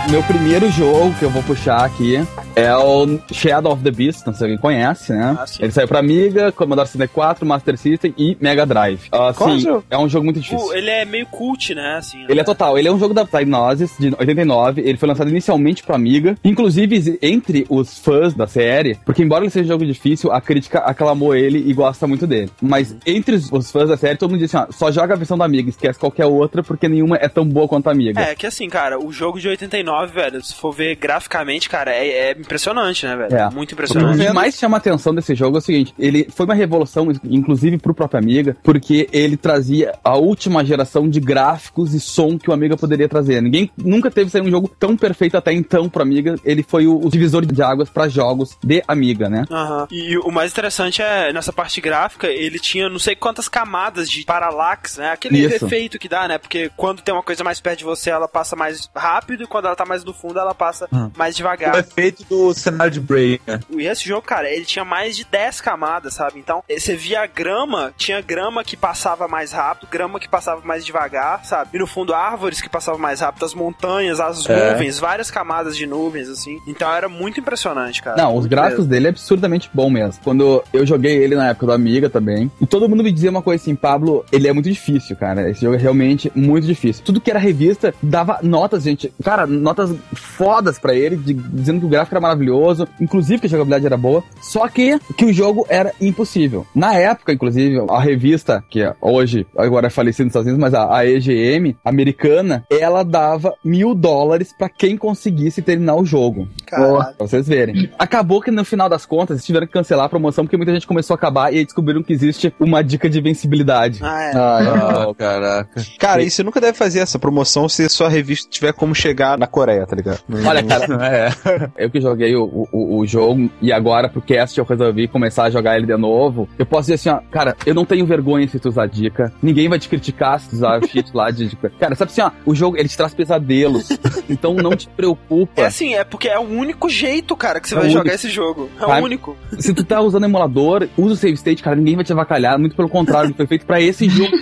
Speaker 6: Meu primeiro jogo que eu vou puxar aqui é o Shadow of the Beast, não sei se alguém conhece, né? Ah, ele saiu pra Amiga, Commodore sessenta e quatro, Master System e Mega Drive. Uh,
Speaker 2: Qual
Speaker 6: sim,
Speaker 2: jogo?
Speaker 6: É um jogo muito difícil.
Speaker 2: Uh, ele é meio cult, né? Assim,
Speaker 6: ele
Speaker 2: né?
Speaker 6: é total, ele é um jogo da Psygnosis, de oitenta e nove, ele foi lançado inicialmente pra Amiga, inclusive entre os fãs da série, porque embora ele seja um jogo difícil, a crítica aclamou ele e gosta muito dele. Mas entre os fãs da série, todo mundo diz assim, ó, só joga a versão da Amiga, esquece qualquer outra, porque nenhuma é tão boa quanto a Amiga.
Speaker 2: É, que assim, cara, o jogo de oitenta e nove, velho, se for ver graficamente, cara, é, é impressionante, né, velho? É. Muito impressionante.
Speaker 6: O que mais chama a atenção desse jogo é o seguinte, ele foi uma revolução, inclusive pro próprio Amiga, porque ele trazia a última geração de gráficos e som que o Amiga poderia trazer. Ninguém nunca teve saído um jogo tão perfeito até então pro Amiga, ele foi o, o divisor de águas pra jogos de Amiga, né?
Speaker 2: Aham. Uhum. E o mais interessante é, nessa parte gráfica, ele tinha não sei quantas camadas de parallax, né? Aquele Isso. efeito que dá, né? Porque quando tem uma coisa mais perto de você, ela passa mais rápido, e quando ela tá mais no fundo, ela passa hum. mais devagar.
Speaker 4: O efeito do cenário de Bray, né?
Speaker 2: E esse jogo, cara, ele tinha mais de dez camadas, sabe? Então, você via a grama, tinha grama que passava mais rápido, grama que passava mais devagar, sabe? E no fundo, árvores que passavam mais rápido, as montanhas, as é. nuvens, várias camadas de nuvens, assim. Então, era muito impressionante, cara.
Speaker 6: Não, os gráficos mesmo. dele é absurdamente bom mesmo. Quando eu joguei ele na época do Amiga também, e todo mundo me dizia uma coisa assim, Pablo, ele é muito difícil, cara. Esse jogo é realmente muito difícil. Tudo que era revista dava notas, gente, cara, notas fodas pra ele, de, dizendo que o gráfico era maravilhoso, inclusive que a jogabilidade era boa, só que, que o jogo era impossível. Na época, inclusive, a revista, que hoje, agora é falecida nos Estados Unidos, mas a, a E G M, americana, ela dava mil dólares pra quem conseguisse terminar o jogo.
Speaker 2: Caralho.
Speaker 6: Pra vocês verem. Acabou que no final das contas, eles tiveram que cancelar a promoção, porque muita gente começou a acabar e aí descobriram que existe uma dica de vencibilidade.
Speaker 2: Ah, é.
Speaker 3: Ah, oh, caraca. Cara, e você nunca deve fazer essa promoção se sua revista tiver como chegar na Coreia, tá ligado?
Speaker 6: Olha, cara, é. Eu que joguei o, o, o jogo e agora pro cast eu resolvi começar a jogar ele de novo. Eu posso dizer assim, ó, cara, eu não tenho vergonha se tu usar dica. Ninguém vai te criticar se tu usar o cheat lá de dica. Cara, sabe assim, ó, o jogo, ele te traz pesadelos. Então não te preocupa.
Speaker 2: É assim, é porque é o único jeito, cara, que você é vai único. jogar esse jogo. É
Speaker 6: Sabe?
Speaker 2: o único.
Speaker 6: Se tu tá usando emulador, usa o save state, cara, ninguém vai te avacalhar. Muito pelo contrário, ele foi feito pra esse jogo.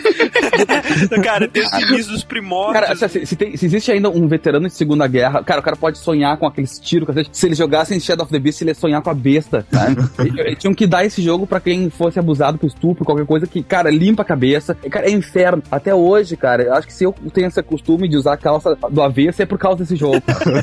Speaker 2: Cara, desde o início dos primórdios.
Speaker 6: Cara, se, se, tem, se existe ainda um veterano de Segunda Guerra, cara, o cara pode sonhar com aqueles tiros. Se eles jogassem Shadow of the Beast, ele ia sonhar com a besta, sabe? Tinham que dar esse jogo pra quem fosse abusado por estupro, qualquer coisa que, cara, limpa a cabeça. Cara, é inferno. Até hoje, cara, eu acho que se eu tenho esse costume de usar a calça do avesso, é por causa desse jogo.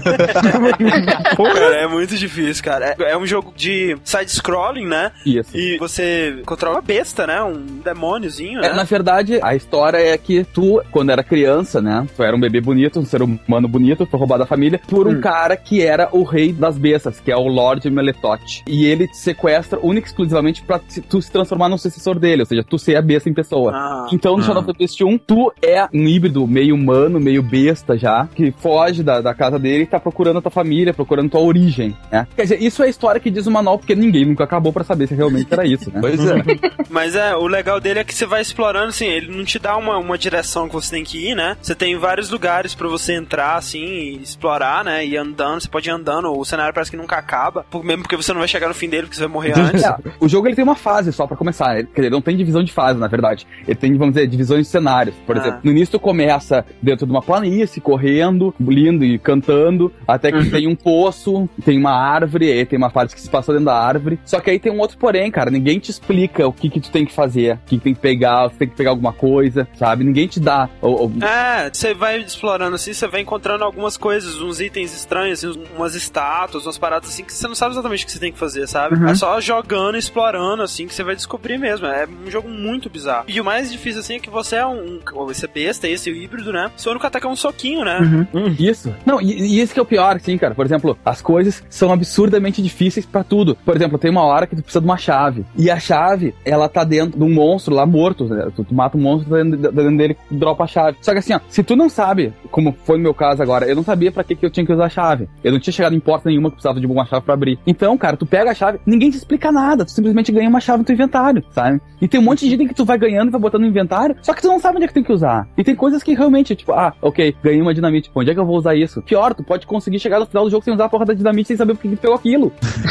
Speaker 2: Cara, é muito difícil, cara. É, é um jogo de side-scrolling, né?
Speaker 6: Isso.
Speaker 2: E você controla uma besta, né? Um demôniozinho, né?
Speaker 6: É, na verdade, a história é que tu, quando era criança, né? Tu era um bebê bonito, um ser humano bonito, foi roubado da família por um hum. cara que era o rei das bestas, que é o Lord Meletote. E ele te sequestra única e exclusivamente pra tu se transformar no sucessor dele, ou seja, tu ser a besta em pessoa. Ah. Então, no Shadow of the Beast um, tu é um híbrido meio humano, meio besta já, que foge da, da casa dele e tá procurando a tua família, procurando tua origem, né? Quer dizer, isso é a história que diz o manual, porque ninguém nunca acabou pra saber se realmente era isso, né?
Speaker 3: Pois é.
Speaker 2: Mas é, o legal dele é que você vai explorando, assim, ele não te dá uma, uma direção que você tem que ir, né? Você tem vários lugares pra você entrar, assim, e explorar, né? E andando, você pode ir andando, o cenário parece que nunca acaba, mesmo porque você não vai chegar no fim dele, porque você vai morrer antes.
Speaker 6: É, o jogo, ele tem uma fase só pra começar, né? Quer dizer, ele não tem divisão de fase, na verdade. Ele tem, vamos dizer, divisões de cenários. Por ah. exemplo, no início tu começa dentro de uma planície, correndo, lindo e cantando, até que uhum. tem um poço, tem uma árvore, aí tem uma parte que se passa dentro da árvore. Só que aí tem um outro porém, cara, ninguém te explica o que que tu tem que fazer, o que que tem que pegar, você tem que pegar alguma coisa, sabe? Ninguém te dá. Ou, ou...
Speaker 2: É, você vai explorando assim, você vai encontrando algumas coisas, uns itens estranhos, assim, umas estátuas, umas paradas assim, que você não sabe exatamente o que você tem que fazer, sabe? Uhum. É só jogando, explorando, assim, que você vai descobrir mesmo. É um jogo muito bizarro. E o mais difícil, assim, é que você é um... Ou esse é besta, esse é o híbrido, né? Seu único ataque é um soquinho, né?
Speaker 6: Uhum. Uhum. Isso. Não, e, e isso que é o pior, assim, cara. Por exemplo, as coisas são absurdamente difíceis pra tudo. Por exemplo, tem uma hora que tu precisa de uma chave. E a chave, ela tá dentro de um monstro lá morto. Né? Tu, tu mata um monstro, tá dentro, dentro dele, dropa a chave. Só que assim, ó, se tu não sabe, como foi no meu caso agora, eu não sabia pra que, que eu tinha que usar a chave. Eu não tinha chegado em porta nenhuma que precisava de uma chave pra abrir. Então, cara, tu pega a chave, ninguém te explica nada. Tu simplesmente ganha uma chave no teu inventário, sabe? E tem um monte de item que tu vai ganhando e vai botando no inventário, só que tu não sabe onde é que tem que usar. E tem coisas que realmente, tipo, ah, ok, ganhei uma dinamite. Onde é que eu vou usar isso? Pior, tu pode conseguir chegar no final do jogo sem usar a porra da dinamite sem saber por que tu pegou aquilo.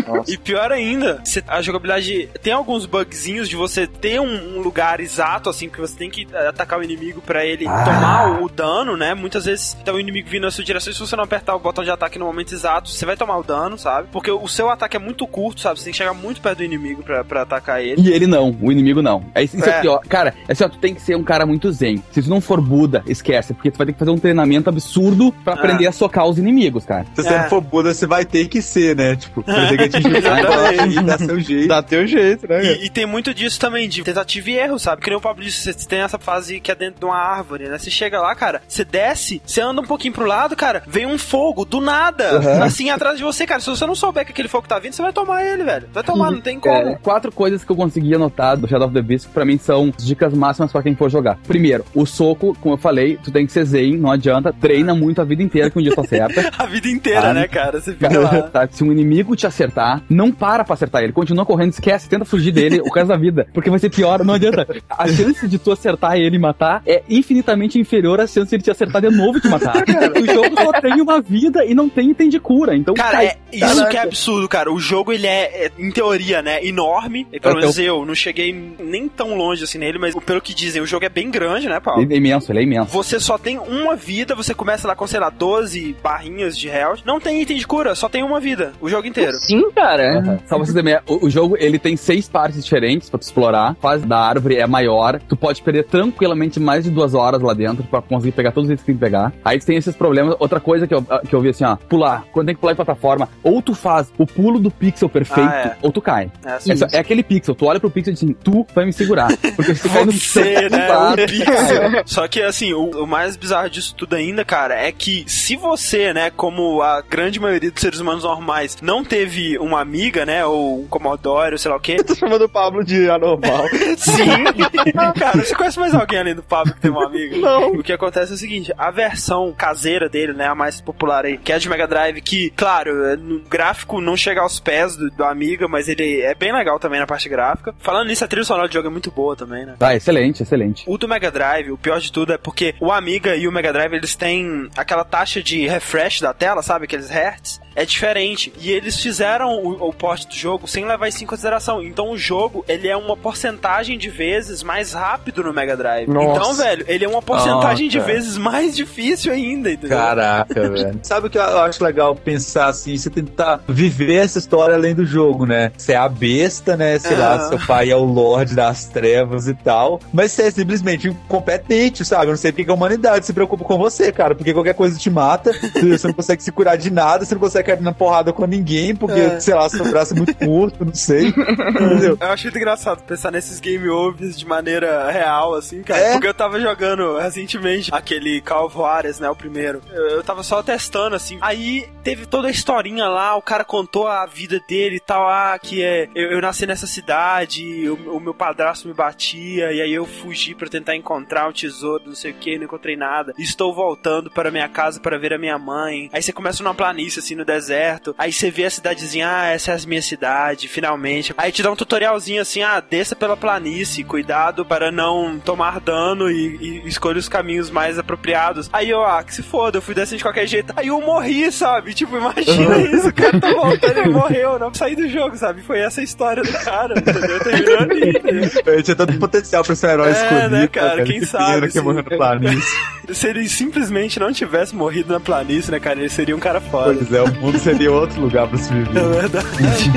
Speaker 2: E pior ainda, você, a jogabilidade tem alguns bugzinhos de você ter um, um lugar exato, assim, que você tem que atacar o inimigo pra ele ah. tomar o, o dano, né? Muitas vezes tá o inimigo vindo na sua direção e se você não apertar o botão de ataque no momento exato, você vai tomar o dano, sabe? Porque o seu ataque é muito curto, sabe? Você tem que chegar muito perto do inimigo pra, pra atacar ele.
Speaker 6: E ele não, o inimigo não. É, isso é, é pior. Cara, é assim, ó, tu tem que ser um cara muito zen. Se tu não for Buda, esquece, porque tu vai ter que fazer um treinamento absurdo pra aprender é. a socar os inimigos, cara.
Speaker 4: Se você é. não for Buda, você vai ter que ser, né? Tipo, vai ter que atingir o e dá seu jeito.
Speaker 3: Dá teu jeito, né?
Speaker 2: E, e tem muito disso também, de tentativa e erro, sabe? Que nem o Pablo disse, você tem essa fase que é dentro de uma árvore, né? Você chega lá, cara, você desce, você anda um pouquinho pro lado, cara, vem um fogo do nada, uhum. assim, atrás de você, cara. Se você não souber que aquele fogo tá vindo, você vai tomar ele, velho. Vai tomar, não tem como.
Speaker 6: É, quatro coisas que eu consegui anotar do Shadow of the Beast, que pra mim são dicas máximas pra quem for jogar. Primeiro, o soco, como eu falei, tu tem que ser zen, não adianta, treina muito a vida inteira que um dia tu acerta.
Speaker 2: A vida inteira, ah, né, cara? Você fica lá.
Speaker 6: Tá? Se um inimigo te acertar, não para pra acertar ele, continua correndo, esquece, tenta fugir dele o resto da vida, porque vai ser pior, não adianta. A chance de tu acertar ele e matar é infinitamente inferior à chance de ele te acertar de novo e te matar. O jogo só tem uma vida e não tem item de cura, então...
Speaker 2: Cara, cai, é, isso caraca. que é absurdo, cara. O jogo, ele é, é em teoria, né, enorme. E, pelo menos eu não cheguei nem tão longe assim nele, mas pelo que dizem, o jogo é bem grande, né, Paulo?
Speaker 6: Ele é imenso, ele é imenso.
Speaker 2: Você só tem uma vida, você começa lá com, sei lá, doze barrinhas de health. Não tem item de cura, só tem uma vida, o jogo inteiro.
Speaker 5: Sim, cara.
Speaker 6: Uhum. Só você também, o, o jogo, ele tem seis partes diferentes pra tu explorar. A fase da árvore é maior. Tu pode perder tranquilamente mais de duas horas lá dentro pra conseguir pegar todos os itens que tem que pegar. Aí tu tem esses problemas. Outra coisa que eu, que eu vi assim, ó, pular. Quando tem que pular em plataforma, ou tu faz o pulo do pixel perfeito, ah, é. ou tu cai. É, assim, é, é aquele pixel. Tu olha pro pixel e diz assim, tu vai me segurar. Porque se tu cai no
Speaker 2: Você, né? O pixel. Só que, assim, o, o mais bizarro disso tudo ainda, cara, é que se você, né, como a grande maioria dos seres humanos normais, não teve uma amiga, né, ou um Commodore, ou sei lá o quê.
Speaker 3: Eu tô chamando o Pablo de anormal.
Speaker 2: Sim. Cara, você conhece mais alguém além do Pablo que tem uma amiga?
Speaker 3: Não.
Speaker 2: O que acontece é o seguinte, a versão caseira dele, né, a mais popular aí, que é a de Mega Drive, que, claro, no gráfico não chega aos pés do, do Amiga, mas ele é bem legal também na parte gráfica. Falando nisso, a trilha sonora do jogo é muito boa também, né?
Speaker 6: Ah, excelente, excelente.
Speaker 2: O do Mega Drive, o pior de tudo é porque o Amiga e o Mega Drive, eles têm aquela taxa de refresh da tela, sabe? Aqueles hertz. É diferente. E eles fizeram o, o port do jogo sem levar isso em consideração. Então o jogo, ele é uma porcentagem de vezes mais rápido no Mega Drive. Nossa. Então, velho, ele é uma porcentagem Nossa. de vezes mais difícil ainda, entendeu?
Speaker 4: Caraca, velho. Sabe o que eu acho legal pensar assim? Você tentar viver essa história além do jogo, né? Você é a besta, né? Sei ah. lá, seu pai é o Lorde das Trevas e tal. Mas você é simplesmente incompetente, sabe? Eu não sei porque a humanidade se preocupa com você, cara. Porque qualquer coisa te mata. Você não consegue se curar de nada. Você não consegue cair na porrada com ninguém, porque, é. sei lá, seu braço é muito curto, não sei. Entendeu?
Speaker 2: Eu acho muito engraçado pensar nesses game overs de maneira real, assim, cara. É? Porque eu tava jogando recentemente aquele Call of Juarez, né, o primeiro. Eu, eu tava só testando, assim. Aí teve toda a historinha lá, o cara contou a vida dele e tal, ah, que é, eu, eu nasci nessa cidade, o, o meu padrasto me batia, e aí eu fugi pra tentar encontrar um tesouro, não sei o que, não encontrei nada. Estou voltando para minha casa para ver a minha mãe. Aí você começa numa planície, assim, no deserto, aí você vê a cidadezinha, ah, essa é a minha cidade, finalmente. Aí te dá um tutorialzinho assim, ah, desça pela planície, cuidado para não tomar dano e, e escolha os caminhos mais apropriados. Aí eu, ah, que se foda, eu fui descendo de qualquer jeito. Aí eu morri, sabe? Tipo, imagina isso, o cara tá voltando e morreu, não saí do jogo, sabe? Foi essa a história do cara, entendeu? Terminou ali, entendeu?
Speaker 4: Ele tinha tanto potencial pra ser um herói
Speaker 2: é,
Speaker 4: escolhido.
Speaker 2: Né, cara? cara
Speaker 4: Quem
Speaker 2: que sabe?
Speaker 4: Que assim, na planície.
Speaker 2: Se ele simplesmente não tivesse morrido na planície, né, cara? Ele seria um cara foda.
Speaker 4: Pois é, o mundo seria outro lugar pra se viver.
Speaker 2: É verdade.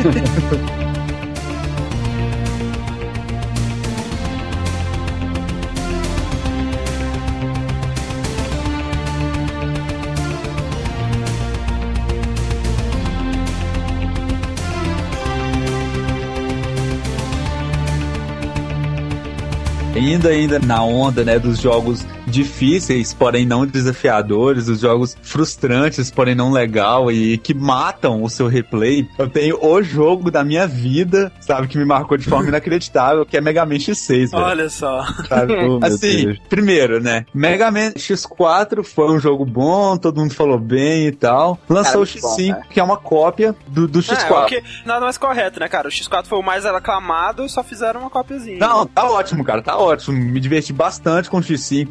Speaker 4: Ainda, ainda na onda, né, dos jogos difíceis, porém não desafiadores, os jogos frustrantes, porém não legal e que matam o seu replay. Eu tenho o jogo da minha vida, sabe, que me marcou de forma inacreditável, que é Mega Man X seis, velho.
Speaker 2: Olha só.
Speaker 4: Sabe? Oh, assim, primeiro, né, Mega Man X quatro foi um jogo bom, todo mundo falou bem e tal. Lançou cara, o X cinco, bom, que é uma cópia do, do X quatro.
Speaker 2: É, o que nada mais correto, né, cara? O X quatro foi o mais aclamado, só fizeram uma cópiazinha.
Speaker 4: Não, tá ótimo, cara, tá ótimo. Me diverti bastante com o X cinco, ele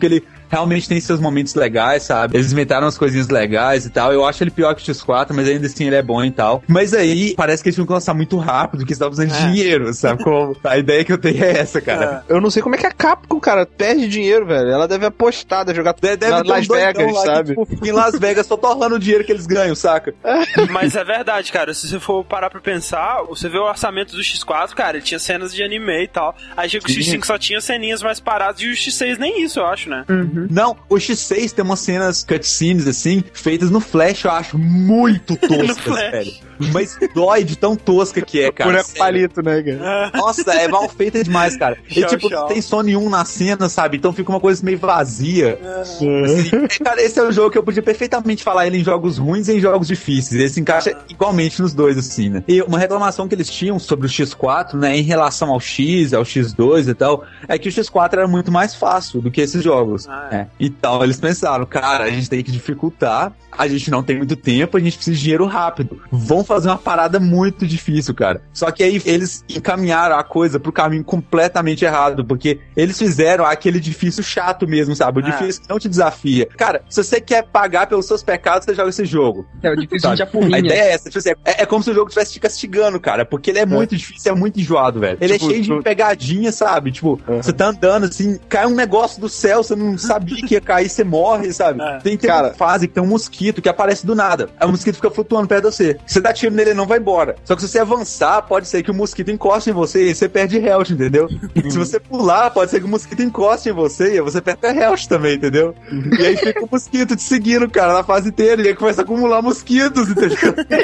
Speaker 4: realmente tem seus momentos legais, sabe? Eles inventaram umas coisinhas legais e tal. Eu acho ele pior que o X quatro, mas ainda assim ele é bom e tal. Mas aí, parece que eles tinham que lançar muito rápido, que estavam usando é. dinheiro, sabe? Como a ideia que eu tenho é essa, cara.
Speaker 3: É. Eu não sei como é que a Capcom, cara, perde dinheiro, velho. Ela deve apostar, deve jogar deve, deve na Las um Vegas, lá, sabe? Que, tipo,
Speaker 4: em Las Vegas só torrando o dinheiro que eles ganham, saca?
Speaker 2: Mas é verdade, cara. Se você for parar pra pensar, você vê o orçamento do X quatro, cara, ele tinha cenas de anime e tal. Aí chega o X cinco só tinha ceninhas mais paradas e o X seis nem isso, eu acho, né?
Speaker 4: Uhum. Não, o X seis tem umas cenas cutscenes, assim, feitas no Flash, eu acho muito toscas, velho. Mas dói de tão tosca que é, cara.
Speaker 3: Por palito, né, cara?
Speaker 4: Nossa, é mal feita demais, cara. E show, tipo, show. Tem som nenhum na cena, sabe? Então fica uma coisa meio vazia. Uhum. Assim, cara, esse é um jogo que eu podia perfeitamente falar ele em jogos ruins e em jogos difíceis. Ele se encaixa uhum. igualmente nos dois, assim, né? E uma reclamação que eles tinham sobre o X quatro, né, em relação ao X, ao X dois e tal, é que o X quatro era muito mais fácil do que esses jogos. Ah, é. É. Então eles pensaram, cara, a gente tem que dificultar, a gente não tem muito tempo, a gente precisa de dinheiro rápido. Vão fazer uma parada muito difícil, cara. Só que aí eles encaminharam a coisa pro caminho completamente errado, porque eles fizeram aquele difícil chato mesmo, sabe? O ah. difícil que não te desafia. Cara, se você quer pagar pelos seus pecados, você joga esse jogo.
Speaker 5: É o difícil de apurrinha.
Speaker 4: A ideia é essa, tipo assim, é, é como se o jogo estivesse te castigando, cara, porque ele é, é. muito difícil, é muito enjoado, velho. Ele tipo, é cheio tu... de pegadinha, sabe? Tipo, uhum. você tá andando assim, cai um negócio do céu, você não sabia que ia cair, você morre, sabe? É. Tem, tem cara, uma fase que tem um mosquito que aparece do nada. Aí o mosquito fica flutuando perto de você. Você dá tiro nele, ele não vai embora. Só que se você avançar, pode ser que o mosquito encoste em você e você perde health, entendeu? Se você pular, pode ser que o mosquito encoste em você e você perde health também, entendeu? E aí fica o mosquito te seguindo, cara, na fase inteira. E aí começa a acumular mosquitos, entendeu?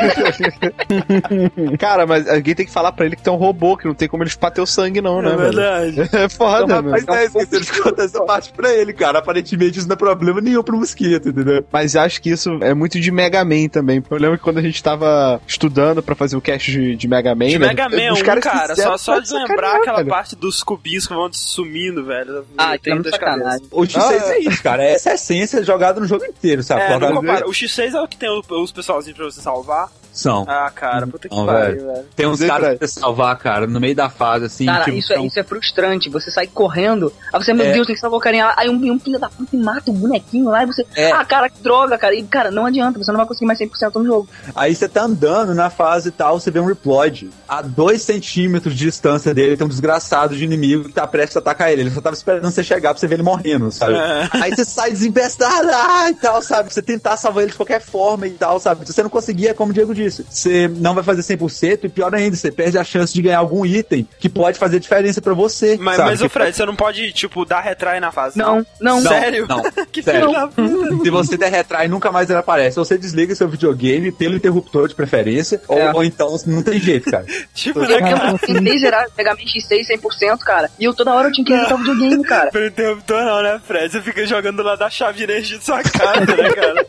Speaker 3: Cara, mas alguém tem que falar pra ele que tem um robô, que não tem como ele chupar teu sangue, não, né?
Speaker 2: É verdade.
Speaker 3: É foda,
Speaker 4: então, mas é, esqueceram de contar essa parte pra ele, cara. Aparentemente isso não é problema nenhum pro mosquito, entendeu?
Speaker 3: Mas eu acho que isso é muito de Mega Man também. Eu lembro que quando a gente tava estudando pra fazer o cast de, de Mega Man,
Speaker 2: de
Speaker 3: né?
Speaker 2: Mega Man, um, cara, só, só de lembrar aquela velho. parte dos cubinhos que vão sumindo, velho.
Speaker 5: Ah, tem muita sacanagem.
Speaker 4: O X seis ah, é isso, cara. Essa é a essência jogada no jogo inteiro, sabe?
Speaker 2: É, não compara. O X seis é o que tem os pessoalzinhos pra você salvar.
Speaker 4: São.
Speaker 2: Ah, cara, puta que pariu, velho.
Speaker 4: Tem uns caras pra você salvar, cara, no meio da fase, assim.
Speaker 5: Cara,
Speaker 4: tipo,
Speaker 5: isso, é, isso é frustrante. Você sai correndo, aí você, meu é. Deus, tem que salvar o carinha lá. Aí um, um filho da puta mata o bonequinho lá e você. É. Ah, cara, que droga, cara. E, cara, não adianta, você não vai conseguir mais cem por cento no jogo.
Speaker 4: Aí você tá andando na fase e tal, você vê um Reploid. A dois centímetros de distância dele tem um desgraçado de inimigo que tá prestes a atacar ele. Ele só tava esperando você chegar pra você ver ele morrendo, sabe? É. Aí você sai desembestado ah, e tal, sabe? Você tentar salvar ele de qualquer forma e tal, sabe? Se você não conseguir, é como o Diego disse. Você não vai fazer cem por cento e pior ainda, você perde a chance de ganhar algum item que pode fazer diferença pra você.
Speaker 2: Mas, mas o Fred, você não pode, tipo, dar retry na fase,
Speaker 5: não? Não, não.
Speaker 2: Sério?
Speaker 4: Não,
Speaker 2: que
Speaker 4: sério.
Speaker 2: filho da puta.
Speaker 4: Se você der retry, nunca mais ele aparece. Ou você desliga seu videogame pelo interruptor de preferência, é. ou, ou então não tem jeito, cara.
Speaker 5: Tipo, né, cara? Eu tentei zerar, pegar meu X seis cem por cento, cara, e eu toda hora eu tinha que editar o videogame, cara.
Speaker 2: Pelo interruptor não, né, Fred? Você fica jogando lá da chave de energia de sua casa, né, cara?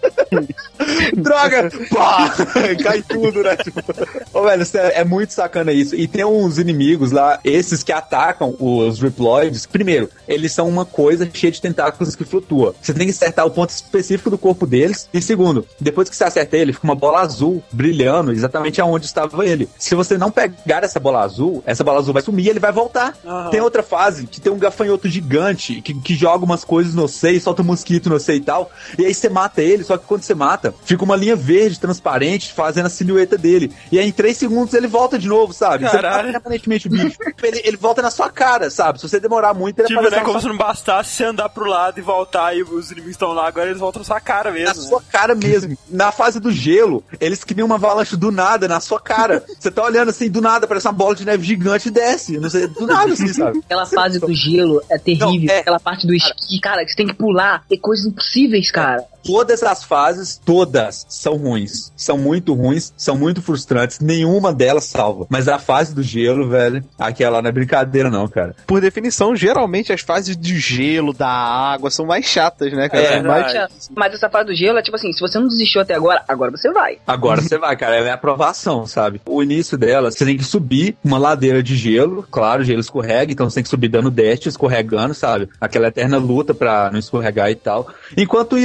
Speaker 4: Droga! Pá! Cai tudo, né? Tipo... Ô, velho, é muito sacana isso. E tem uns inimigos lá, esses que atacam os Reploids. Primeiro, eles são uma coisa cheia de tentáculos que flutua. Você tem que acertar o ponto específico do corpo deles. E segundo, depois que você acerta ele, fica uma bola azul brilhando exatamente aonde estava ele. Se você não pegar essa bola azul, essa bola azul vai sumir e ele vai voltar. Uhum. Tem outra fase que tem um gafanhoto gigante que, que joga umas coisas no sei, solta um mosquito no sei e tal. E aí você mata ele, só que quando você mata, fica uma linha verde transparente fazendo a silhueta dele. E aí em três segundos ele volta de novo, sabe?
Speaker 2: Caralho.
Speaker 4: Você mata permanentemente o bicho. ele, ele volta na sua cara, sabe? Se você demorar muito, ele
Speaker 2: tipo,
Speaker 4: aparece.
Speaker 2: Tipo, né? Como se não bastasse você andar pro lado e voltar e os inimigos estão lá, agora eles voltam na sua cara mesmo.
Speaker 4: Na
Speaker 2: né?
Speaker 4: sua cara mesmo. Na fase do gelo, eles criam uma avalanche do nada na sua cara. Você tá olhando assim, do nada, parece uma bola de neve gigante e desce. Não sei, do nada assim, sabe?
Speaker 5: Aquela fase do gelo é terrível. Não, é... Aquela parte do esqui, cara, que você tem que pular. Tem coisas impossíveis, cara.
Speaker 4: Todas as fases, todas são ruins. São muito ruins, são muito frustrantes. Nenhuma delas salva. Mas a fase do gelo, velho, aquela não é brincadeira não, cara.
Speaker 3: Por definição, geralmente as fases de gelo, da água, são mais chatas, né, cara?
Speaker 5: É, mais... Mas essa fase do gelo é tipo assim, se você não desistiu até agora, agora você vai.
Speaker 4: Agora você vai, cara. Ela é aprovação, sabe? O início dela, você tem que subir uma ladeira de gelo. Claro, o gelo escorrega, então você tem que subir dando dash, escorregando, sabe? Aquela eterna luta pra não escorregar e tal. Enquanto isso, a avalanche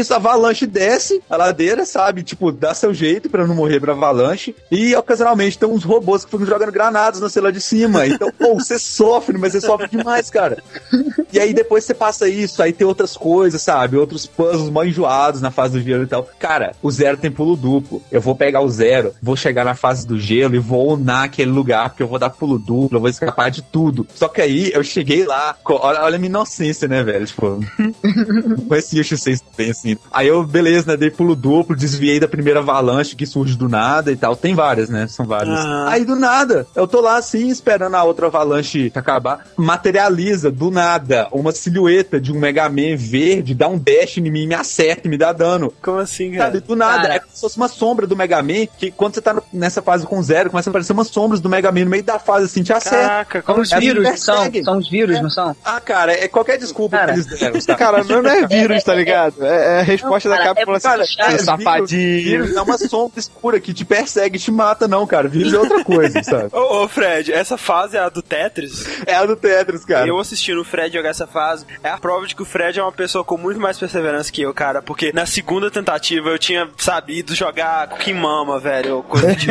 Speaker 4: avalanche desce a ladeira, sabe? Tipo, dá seu jeito pra não morrer pra avalanche. E ocasionalmente tem uns robôs que ficam jogando granadas na cela de cima. Então, pô, você sofre, mas você sofre demais, cara. E aí depois você passa isso, aí tem outras coisas, sabe? Outros puzzles mal enjoados na fase do gelo e tal. Cara, o Zero tem pulo duplo. Eu vou pegar o Zero, vou chegar na fase do gelo e vou onar aquele lugar, porque eu vou dar pulo duplo, eu vou escapar de tudo. Só que aí eu cheguei lá, olha, olha a minha inocência, né, velho? Tipo, não conhecia o X seis bem assim. Aí eu, beleza, né, dei pulo duplo, desviei da primeira avalanche que surge do nada e tal. Tem várias, né? São várias. Ah. Aí do nada, eu tô lá assim, esperando a outra avalanche acabar. Materializa do nada uma silhueta de um Mega Man verde, dá um dash em mim, me acerta e me dá dano.
Speaker 2: Como assim, cara?
Speaker 4: Sabe, do nada. Cara. É como se fosse uma sombra do Mega Man, que quando você tá no, nessa fase com Zero, começa a aparecer umas sombras do Mega Man no meio da fase, assim, te acerta.
Speaker 5: Caraca, como os vírus, não são? São os vírus, é. não são?
Speaker 4: Ah, cara, é qualquer desculpa
Speaker 5: cara.
Speaker 4: que eles deram, sabe?
Speaker 3: Cara, não é vírus, tá ligado? É, é a resposta não, da Capcom assim, cara,
Speaker 4: é, safadinho. Vírus é uma sombra escura que te persegue e te mata, não, cara. Vírus é outra coisa, sabe?
Speaker 2: Ô, ô, Fred, essa fase é a do Tetris?
Speaker 4: É a do Tetris, cara.
Speaker 2: Eu assistindo o Fred jogar essa fase, é a prova de que o Fred é uma pessoa com muito mais perseverança que eu, cara, porque na segunda tentativa eu tinha sabido jogar Cookie Mama, velho, coisa de...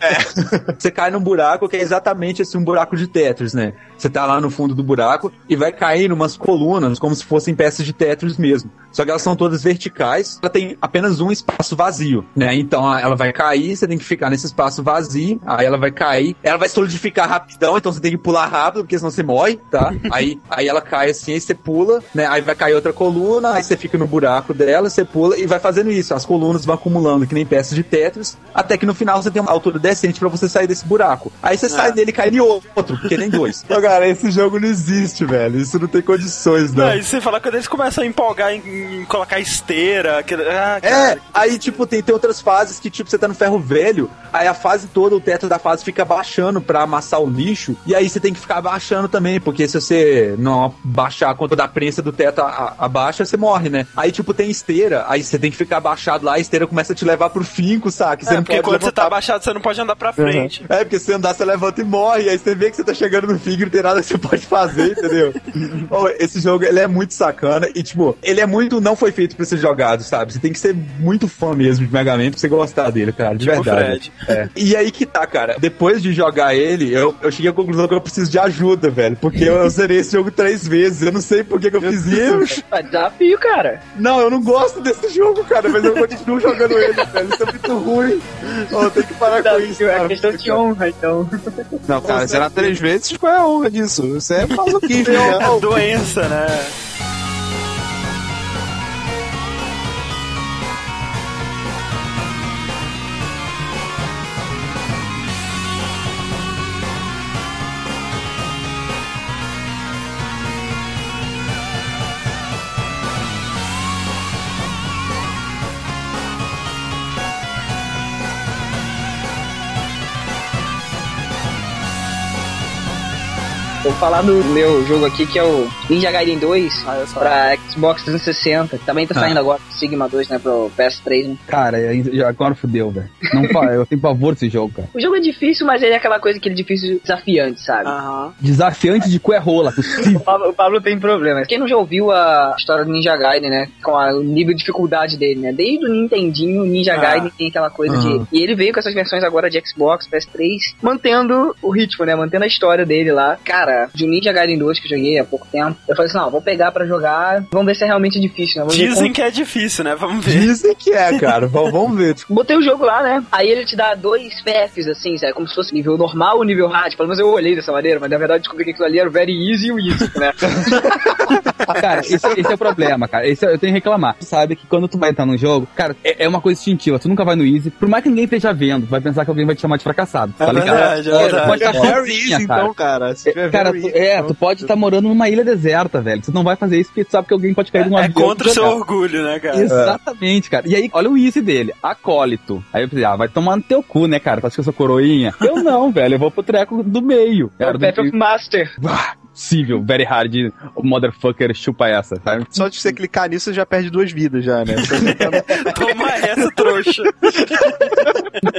Speaker 4: é. Você cai num buraco que é exatamente assim, um buraco de Tetris, né? Você tá lá no fundo do buraco e vai cair numas colunas, como se fossem peças de Tetris mesmo. Só que elas são todas verticais, ela tem apenas um espaço vazio, né? Então ela vai cair, você tem que ficar nesse espaço vazio, aí ela vai cair, ela vai solidificar rapidão, então você tem que pular rápido, porque senão você morre, tá? aí, aí ela cai assim, aí você pula, né? Aí vai cair outra coluna, aí você fica no buraco dela, você pula e vai fazendo isso. As colunas vão acumulando que nem peças de Tetris, até que no final você tem uma altura decente pra você sair desse buraco. Aí você é. sai dele e cai em outro, porque nem dois.
Speaker 3: Então, cara, esse jogo não existe, velho. Isso não tem condições, não. Não,
Speaker 2: e você fala que eles começam a empolgar em, em colocar esteira. Que... Ah,
Speaker 4: é, aí, tipo, tem, tem outras fases que, tipo, você tá no ferro velho, aí a fase toda, o teto da fase fica abaixando pra amassar o lixo, e aí você tem que ficar abaixando também, porque se você não baixar a conta da prensa do teto a, a, abaixa, você morre, né? Aí, tipo, tem esteira, aí você tem que ficar abaixado lá, a esteira começa a te levar pro finco, saca? Você
Speaker 2: é,
Speaker 4: não
Speaker 2: porque
Speaker 4: pode
Speaker 2: quando
Speaker 4: levantar.
Speaker 2: Você tá abaixado, você não pode andar pra frente.
Speaker 4: Uhum. É, porque se você andar, você levanta e morre, aí você vê que você tá chegando no finco e não tem nada que você pode fazer, entendeu? Oh, esse jogo, ele é muito sacana e, tipo, ele é muito, não foi feito pra ser jogado, sabe? Você tem que ser muito fã mesmo de Mega Man pra você gostar dele, cara, de
Speaker 2: tipo
Speaker 4: verdade. É. E aí que tá, cara, depois de jogar ele, eu, eu cheguei à conclusão que eu preciso de ajuda, velho, porque eu, eu zerei esse jogo três vezes, eu não sei por que que eu
Speaker 5: Meu
Speaker 4: fiz
Speaker 5: Deus.
Speaker 4: isso.
Speaker 5: É desafio, cara.
Speaker 4: Não, eu não gosto desse jogo, cara, mas eu continuo jogando ele, velho, isso é muito ruim. Oh, tem que parar com isso, cara.
Speaker 5: É questão de honra, então.
Speaker 3: Não, cara, zerar três vezes, qual é a honra disso? Isso é maluquice, né?
Speaker 2: É doença, né?
Speaker 5: Vou falar do meu jogo aqui, que é o Ninja Gaiden dois, ah, pra Xbox trezentos e sessenta. Também tá saindo ah. agora Sigma dois, né, pro P S três, né?
Speaker 6: Cara, agora fudeu, velho. Não, eu tenho pavor desse jogo, cara.
Speaker 5: O jogo é difícil, mas ele é aquela coisa que ele é difícil desafiante, sabe?
Speaker 2: Aham.
Speaker 6: Desafiante de cu é rola.
Speaker 5: o, Pablo, o Pablo tem problemas. Quem não já ouviu a história do Ninja Gaiden, né? Com a, o nível de dificuldade dele, né? Desde o Nintendinho, o Ninja ah. Gaiden tem aquela coisa uhum. de... E ele veio com essas versões agora de Xbox, P S três, mantendo o ritmo, né? Mantendo a história dele lá. Cara, de um Ninja Gaiden dois que eu joguei há pouco tempo, eu falei assim, não, vou pegar pra jogar, vamos ver se é realmente difícil, né? Vamos
Speaker 2: Dizem
Speaker 5: como...
Speaker 2: que é difícil, né? Vamos ver.
Speaker 4: Dizem que é, cara. vamos ver.
Speaker 5: Botei o jogo lá, né? Aí ele te dá dois P Fs, assim, sabe? Como se fosse nível normal ou nível hard. Pelo menos eu olhei dessa maneira, mas na verdade descobri que aquilo ali era o very easy e o easy, né?
Speaker 6: Cara, esse, esse é o problema, cara. Esse, eu tenho que reclamar. Tu sabe que quando tu vai entrar num jogo, cara, é, é uma coisa instintiva. Tu nunca vai no easy. Por mais que ninguém esteja vendo, tu vai pensar que alguém vai te chamar de fracassado. Tá
Speaker 2: é
Speaker 6: ligado?
Speaker 2: Verdade, é verdade.
Speaker 6: Tu pode estar
Speaker 3: é easy, cara. Então, cara. Se
Speaker 6: é, cara, tu, é, tu pode estar morando numa ilha deserta, velho. Tu não vai fazer isso porque tu sabe que alguém pode cair de um
Speaker 2: é,
Speaker 6: avião.
Speaker 2: É contra o seu orgulho, né, cara?
Speaker 6: Exatamente, cara. E aí, olha o easy dele. Acólito. Aí eu pensei, ah, vai tomar no teu cu, né, cara? Tu acha que eu sou coroinha? Eu não, velho. Eu vou pro treco do meio.
Speaker 5: É o Path of Master.
Speaker 6: Possível, very hard, motherfucker, chupa essa, sabe?
Speaker 3: Só de você clicar nisso, você já perde duas vidas já, né?
Speaker 2: Toma essa, trouxa.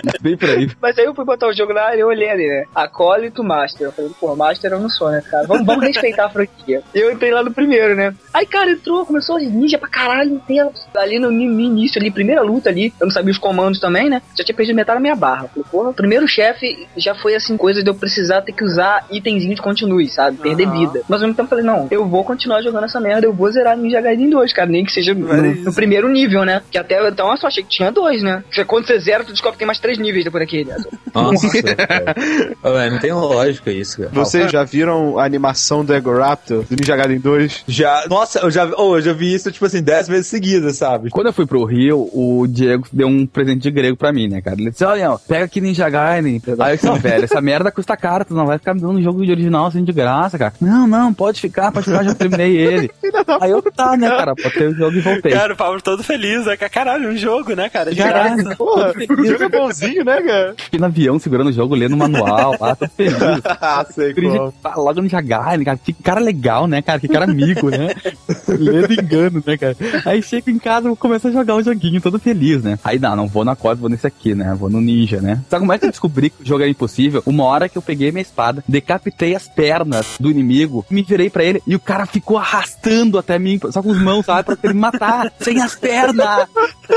Speaker 6: Bem por aí.
Speaker 5: Mas aí eu fui botar o jogo lá e eu olhei ali, né? Acólito Master. Eu falei, pô, Master eu não sou, né, cara? Vamos, vamos respeitar a franquia. Eu entrei lá no primeiro, né? Aí, cara, entrou, começou ninja pra caralho inteiro. Ali no, no início ali, primeira luta ali, eu não sabia os comandos também, né? Já tinha perdido metade da minha barra. Falei, porra, o primeiro chefe já foi assim, coisa de eu precisar ter que usar itemzinho de continue, sabe? Perder uhum. vida. Mas ao mesmo tempo eu falei, não, eu vou continuar jogando essa merda, eu vou zerar Ninja Gaiden dois, cara. Nem que seja no, no primeiro nível, né? Que até então eu só achei que tinha dois, né? Porque quando você zera, tu descobre que tem mais três níveis depois daquele.
Speaker 4: Nossa, cara. Não tem lógica isso, cara.
Speaker 3: Vocês já viram a animação do Egoraptor, do Ninja Gaiden dois?
Speaker 4: Já. Nossa, eu já, oh, eu já vi isso, tipo assim, dez vezes seguidas, sabe?
Speaker 6: Quando eu fui pro Rio, o Diego deu um presente de grego pra mim, né, cara? Ele disse, olha, ó, pega aqui Ninja Gaiden. Aí eu disse, ó, velho, essa merda custa caro, tu não vai ficar me dando um jogo de original assim de graça, cara. Não, não, pode ficar, pode ficar, já terminei ele. Aí eu, tá, né, cara, botei o jogo e voltei.
Speaker 2: Cara, o Pablo todo feliz, né? Caralho, um jogo, né, cara? De
Speaker 3: Caralho,
Speaker 2: graça.
Speaker 3: porra, o jogo é bonzinho, né, cara?
Speaker 6: Fiquei no avião segurando o jogo, lendo o manual, lá, tô feliz.
Speaker 3: Ah, sei qual.
Speaker 6: Logo no Jagai, cara, que cara legal, né, cara, que cara amigo, né? Lendo engano, né, cara? Aí chego em casa, vou começar a jogar o joguinho, todo feliz, né? Aí não, não vou na corda, vou nesse aqui, né? Vou no ninja, né? Sabe como é que eu descobri que o jogo era impossível? Uma hora que eu peguei minha espada, decapitei as pernas do inimigo, me virei pra ele e o cara ficou arrastando até mim, só com as mãos, sabe? Pra ele me matar, sem as pernas!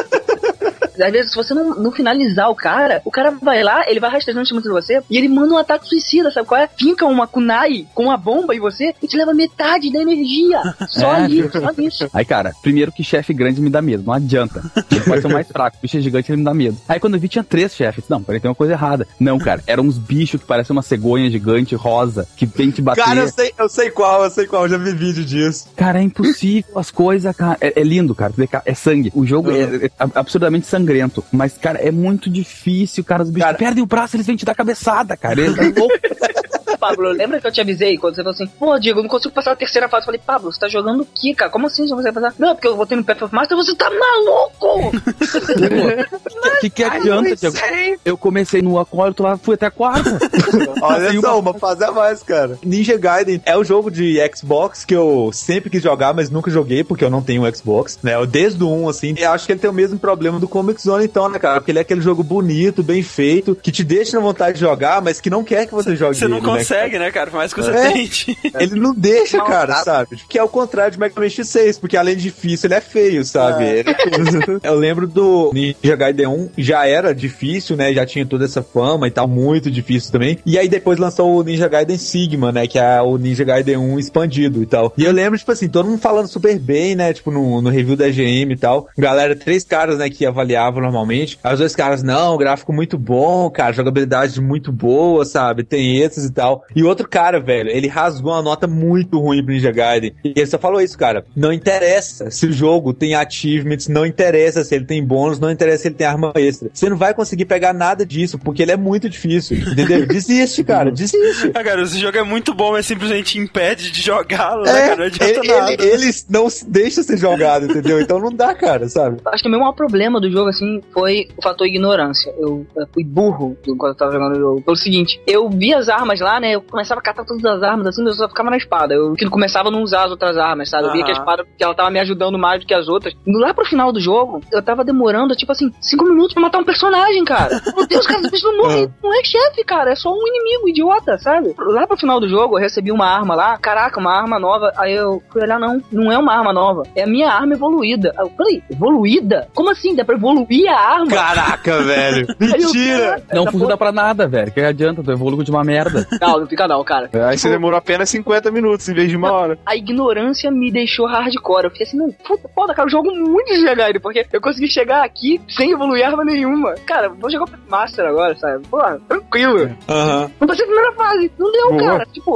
Speaker 5: Às vezes, se você não, não finalizar o cara, o cara vai lá, ele vai rastreando em cima de você e ele manda um ataque suicida, sabe qual é? Finca uma kunai com uma bomba em você e te leva metade da energia. Só
Speaker 6: É.
Speaker 5: ali, só nisso.
Speaker 6: Aí, cara, primeiro que chefe grande me dá medo, não adianta. Ele pode ser o mais fraco, bicho é gigante, ele me dá medo. Aí quando eu vi, tinha três chefes. Não, peraí, tem uma coisa errada. Não, cara, eram uns bichos que parecem uma cegonha gigante rosa, que vem te bater.
Speaker 4: Cara, eu sei, eu sei qual, eu sei qual, eu já vi vídeo disso.
Speaker 6: Cara, é impossível as coisas, cara. É, é lindo, cara. É sangue. O jogo é, é absurdamente sangrento. Mas, cara, é muito difícil, cara. Os bichos
Speaker 4: Cara,
Speaker 6: perdem o braço, eles vêm te dar cabeçada, cara. Eles é louco.
Speaker 5: Pablo, lembra que eu te avisei quando você falou assim, pô, Diego, eu não consigo passar a terceira fase? Eu falei, Pablo, você tá jogando o quê, cara? Como assim você não consegue passar? Não, porque eu votei no Path of Master, você tá maluco!
Speaker 6: O que, que adianta, Diego? Eu comecei no acólito lá, fui até a quarta.
Speaker 4: Olha só, uma fase a mais, cara. Ninja Gaiden é o jogo de Xbox que eu sempre quis jogar, mas nunca joguei, porque eu não tenho um Xbox, né? Eu, desde o um, assim, eu acho que ele tem o mesmo problema do Comic Zone, então, né, cara? Porque ele é aquele jogo bonito, bem feito, que te deixa na vontade de jogar, mas que não quer que você jogue
Speaker 2: Você não
Speaker 4: ele,
Speaker 2: consegue,
Speaker 4: né,
Speaker 2: né, cara? Por mais que você
Speaker 4: É.
Speaker 2: tente.
Speaker 4: Ele não deixa,
Speaker 5: Mal
Speaker 4: cara,
Speaker 5: dado.
Speaker 4: sabe? Que é o contrário de Mega Man X seis, porque além de difícil, ele é feio, sabe?
Speaker 2: É.
Speaker 4: Ele é feio. Eu lembro do Ninja Gaiden um, já era difícil, né? Já tinha toda essa fama e tal, muito difícil também. E aí depois lançou o Ninja Gaiden Sigma, né? Que é o Ninja Gaiden um expandido e tal. E eu lembro, tipo assim, todo mundo falando super bem, né? Tipo, no, no review da G M e tal. Galera, três caras, né, que avaliavam normalmente. Aí os dois caras, não, gráfico muito bom, cara, jogabilidade muito boa, sabe? Tem esses e tal. E outro cara, velho, ele rasgou uma nota muito ruim pro Ninja Gaiden. E ele só falou isso, cara. Não interessa se o jogo tem achievements, não interessa se ele tem bônus, não interessa se ele tem arma extra. Você não vai conseguir pegar nada disso, porque ele é muito difícil. Entendeu? Desiste, cara, desiste.
Speaker 2: Ah, cara, esse jogo é muito bom, mas simplesmente impede de jogá-lo, né,
Speaker 4: É,
Speaker 2: cara? Não adianta
Speaker 4: ele,
Speaker 2: nada.
Speaker 4: ele, ele não se deixa ser jogado, entendeu? Então não dá, cara, sabe?
Speaker 5: Acho que o meu maior problema do jogo, assim, foi o fator ignorância. Eu, eu fui burro quando eu tava jogando o jogo. Pelo seguinte, eu vi as armas lá, né? Eu começava a catar todas as armas, assim, mas eu só ficava na espada. Eu que começava a não usar as outras armas, sabe? Eu via que a
Speaker 2: Aham.
Speaker 5: espada, que ela tava me ajudando mais do que as outras. Lá pro final do jogo, eu tava demorando, tipo assim, cinco minutos pra matar um personagem, cara. Meu Deus, cara, esse bicho não morre. Não é chefe, cara. É só um inimigo idiota, sabe? Lá pro final do jogo, eu recebi uma arma lá. Caraca, uma arma nova. Aí eu fui olhar, não. Não é uma arma nova. É a minha arma evoluída. Aí eu falei, evoluída? Como assim? Dá pra evoluir a arma?
Speaker 4: Caraca, velho.
Speaker 5: Aí eu,
Speaker 4: Mentira.
Speaker 5: "Caraca,
Speaker 6: Não
Speaker 5: essa
Speaker 6: funciona
Speaker 5: porra-"
Speaker 6: pra nada, velho. Que adianta, tu evolui de uma merda.
Speaker 5: Não, não fica não, cara.
Speaker 3: Aí você demorou apenas cinquenta minutos em vez de uma hora.
Speaker 5: A ignorância me deixou hardcore. Eu fiquei assim, não, puta, foda, cara, eu jogo muito de G H, porque eu consegui chegar aqui sem evoluir arma nenhuma. Cara, vou jogar o Master agora, sabe? Porra, tranquilo.
Speaker 4: Aham.
Speaker 5: Não passei a primeira fase. Não deu,
Speaker 3: Boa.
Speaker 5: cara. Tipo,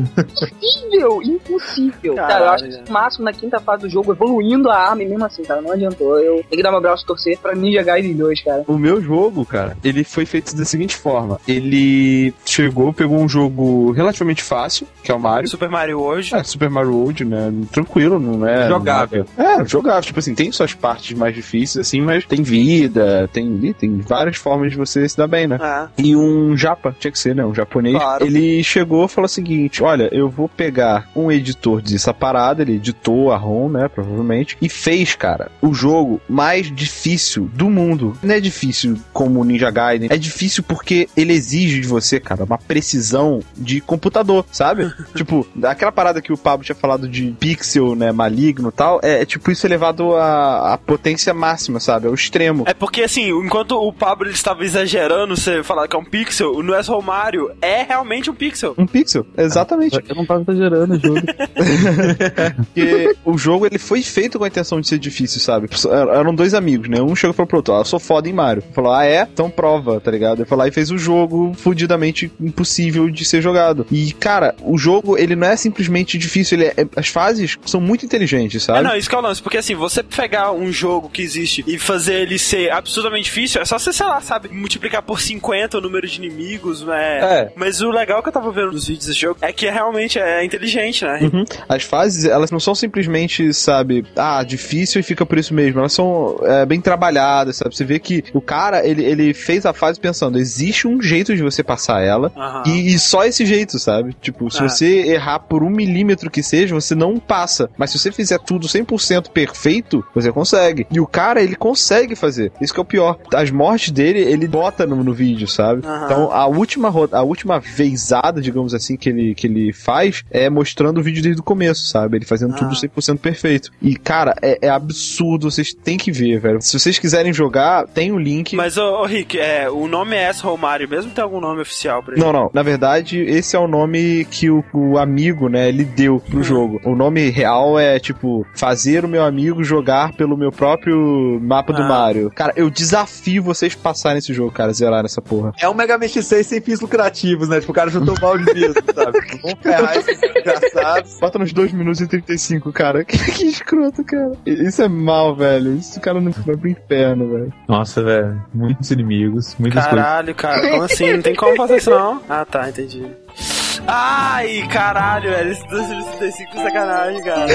Speaker 5: impossível, impossível.
Speaker 2: Caralho,
Speaker 5: cara, eu acho que
Speaker 2: cara.
Speaker 5: o máximo na quinta fase do jogo, evoluindo a arma e mesmo assim, cara, não adiantou. Eu tenho que dar meu braço e torcer pra Ninja Gaiden dois, cara.
Speaker 3: O meu jogo, cara, ele foi feito da seguinte forma. Ele chegou, pegou um jogo jogo relativamente fácil, que é o Mario.
Speaker 2: Super Mario World.
Speaker 3: É, Super Mario World, né? Tranquilo, não é...
Speaker 4: Jogável.
Speaker 3: É, jogável. Tipo assim, tem suas partes mais difíceis, assim, mas tem vida, tem, tem várias formas de você se dar bem, né?
Speaker 2: Ah.
Speaker 3: E um japa, tinha que ser, né? Um japonês.
Speaker 2: Claro.
Speaker 3: Ele chegou e falou o seguinte, olha, eu vou pegar um editor dessa parada, ele editou a ROM, né? Provavelmente. E fez, cara, o jogo mais difícil do mundo. Não é difícil como o Ninja Gaiden. É difícil porque ele exige de você, cara, uma precisão de computador, sabe? Tipo, aquela parada que o Pablo tinha falado de pixel, né, maligno e tal, é, é tipo isso elevado à, à potência máxima, sabe? Ao extremo.
Speaker 2: É porque, assim, enquanto o Pablo ele estava exagerando, você falar que é um pixel, no S O Mario é realmente um pixel.
Speaker 3: Um pixel, exatamente.
Speaker 6: Eu não tava exagerando, juro.
Speaker 3: Porque o jogo, ele foi feito com a intenção de ser difícil, sabe? Eram dois amigos, né? Um chegou e falou pro outro, ó, eu sou foda em Mario. Falou, ah, é? Então prova, tá ligado? Ele foi lá e fez o jogo fudidamente impossível de ser jogado. E, cara, o jogo, ele não é simplesmente difícil, ele é, as fases são muito inteligentes, sabe?
Speaker 2: É, não, isso que é o lance, porque assim, você pegar um jogo que existe e fazer ele ser absurdamente difícil, é só você, sei lá, sabe, multiplicar por cinquenta o número de inimigos, né?
Speaker 4: É.
Speaker 2: Mas o legal que eu tava vendo nos vídeos desse jogo é que realmente é inteligente, né?
Speaker 3: Uhum. As fases, elas não são simplesmente, sabe, ah, difícil e fica por isso mesmo, elas são é, bem trabalhadas, sabe? Você vê que o cara, ele, ele fez a fase pensando, existe um jeito de você passar ela,
Speaker 2: uhum.
Speaker 3: e, e só esse jeito, sabe? Tipo, se
Speaker 2: é.
Speaker 3: você errar por um milímetro que seja, você não passa, mas se você fizer tudo cem por cento perfeito, você consegue. E o cara, ele consegue fazer, isso que é o pior. As mortes dele, ele bota no, no vídeo, sabe?
Speaker 2: Uhum.
Speaker 3: Então, a última, a última vezada, digamos assim, que ele, que ele faz, é mostrando o vídeo desde o começo, sabe? Ele fazendo
Speaker 2: uhum.
Speaker 3: tudo cem por cento perfeito. E, cara, é, é absurdo, vocês têm que ver, velho. Se vocês quiserem jogar, tem o link.
Speaker 2: Mas, ô, ô Rick, é, o nome é S O Mario mesmo, tem algum nome oficial pra ele?
Speaker 3: Não, não. Na verdade, esse é o nome que o, o amigo, né, ele deu pro hum. jogo. O nome real é, tipo, fazer o meu amigo jogar pelo meu próprio mapa ah. do Mario. Cara, eu desafio vocês passarem esse jogo, cara, zerar essa porra.
Speaker 4: É um Mega Man X seis sem fins lucrativos, né? Tipo, o cara juntou o balde mesmo, sabe? Vamos ferrar esses desgraçados.
Speaker 3: Bota nos dois minutos e trinta e cinco, cara. Que, que escroto, cara. Isso é mal, velho. Isso o cara não vai pro inferno, velho.
Speaker 4: Nossa, velho. Muitos inimigos, muitas
Speaker 2: Caralho,
Speaker 4: coisas.
Speaker 2: cara. Como assim? Não tem como fazer isso, não? Ah, tá, entendi. Ai, caralho, velho. Esse dois mil e trinta e cinco é sacanagem, cara.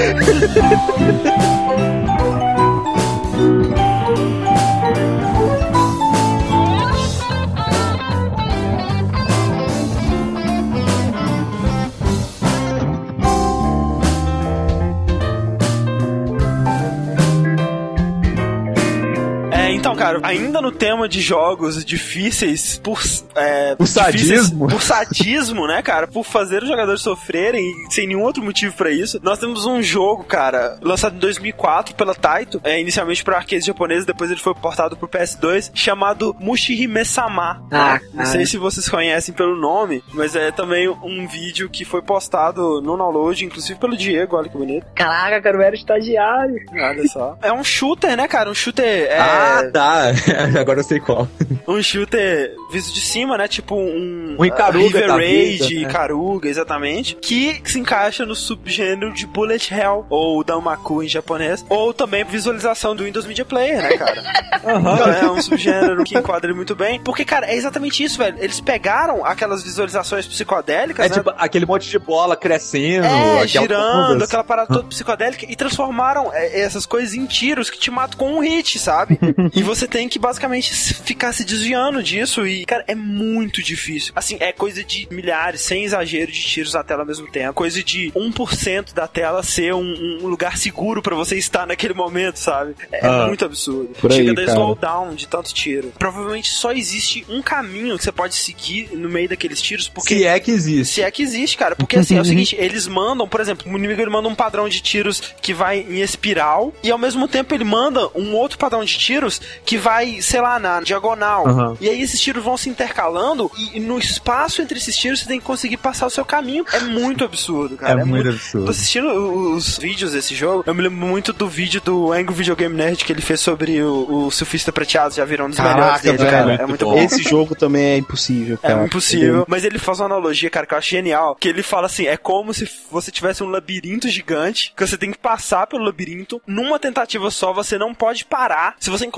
Speaker 2: Então, cara, ainda no tema de jogos difíceis por... É,
Speaker 4: por sadismo?
Speaker 2: Por sadismo, né, cara? Por fazer os jogadores sofrerem sem nenhum outro motivo pra isso. Nós temos um jogo, cara, lançado em dois mil e quatro pela Taito, é, inicialmente pra arcades japoneses, depois ele foi portado pro P S dois, chamado Mushihime-sama.
Speaker 5: Ah,
Speaker 2: Não sei se vocês conhecem pelo nome, mas é também um vídeo que foi postado no download, inclusive pelo Diego, olha que bonito.
Speaker 5: Caraca, cara, eu era estagiário.
Speaker 2: Olha só. É um shooter, né, cara? Um shooter... É...
Speaker 4: Ah, tá. Agora eu sei qual.
Speaker 2: Um shooter visto de cima, né? Tipo um...
Speaker 4: Um Ikaruga,
Speaker 2: uh, River
Speaker 4: tá
Speaker 2: Raid,
Speaker 4: vida,
Speaker 2: Ikaruga, exatamente. Que se encaixa no subgênero de Bullet Hell, ou Danmaku em japonês. Ou também visualização do Windows Media Player, né, cara?
Speaker 4: Uhum.
Speaker 2: Então, é um subgênero que enquadra muito bem. Porque, cara, é exatamente isso, velho. Eles pegaram aquelas visualizações psicodélicas,
Speaker 4: É
Speaker 2: né?
Speaker 4: tipo aquele monte de bola crescendo.
Speaker 2: É,
Speaker 4: aquela
Speaker 2: girando,
Speaker 4: ondas.
Speaker 2: aquela parada toda psicodélica, e transformaram é, essas coisas em tiros que te matam com um hit, sabe? E você tem que basicamente ficar se desviando disso, e, cara, é muito difícil. Assim, é coisa de milhares, sem exagero, de tiros na tela ao mesmo tempo. Coisa de um por cento da tela ser um, um lugar seguro pra você estar naquele momento, sabe? É
Speaker 4: ah,
Speaker 2: muito absurdo.
Speaker 3: Por aí,
Speaker 2: Chega a dar
Speaker 3: cara.
Speaker 2: slowdown de tanto tiro. Provavelmente só existe um caminho que você pode seguir no meio daqueles tiros, porque...
Speaker 4: Se é que existe.
Speaker 2: Se é que existe, cara. Porque assim, é o seguinte, eles mandam, por exemplo, o inimigo ele manda um padrão de tiros que vai em espiral, e ao mesmo tempo ele manda um outro padrão de tiros que vai, sei lá, na diagonal.
Speaker 4: Uhum.
Speaker 2: E aí esses tiros vão se intercalando, e, e no espaço entre esses tiros você tem que conseguir passar o seu caminho. É muito absurdo, cara.
Speaker 4: É,
Speaker 2: É
Speaker 4: muito
Speaker 2: muito
Speaker 4: absurdo.
Speaker 2: Tô assistindo os vídeos desse jogo, eu me lembro muito do vídeo do Angry Video Game Nerd que ele fez sobre o, o Surfista Prateado, já viram um dos melhores dele,
Speaker 3: velho,
Speaker 2: cara.
Speaker 4: muito
Speaker 2: É muito
Speaker 4: bom.
Speaker 2: bom.
Speaker 3: Esse jogo também é impossível, cara.
Speaker 2: É impossível, mas ele faz uma analogia, cara, que eu acho genial, que ele fala assim, é como se você tivesse um labirinto gigante, que você tem que passar pelo labirinto, numa tentativa só, você não pode parar, se você encostar na,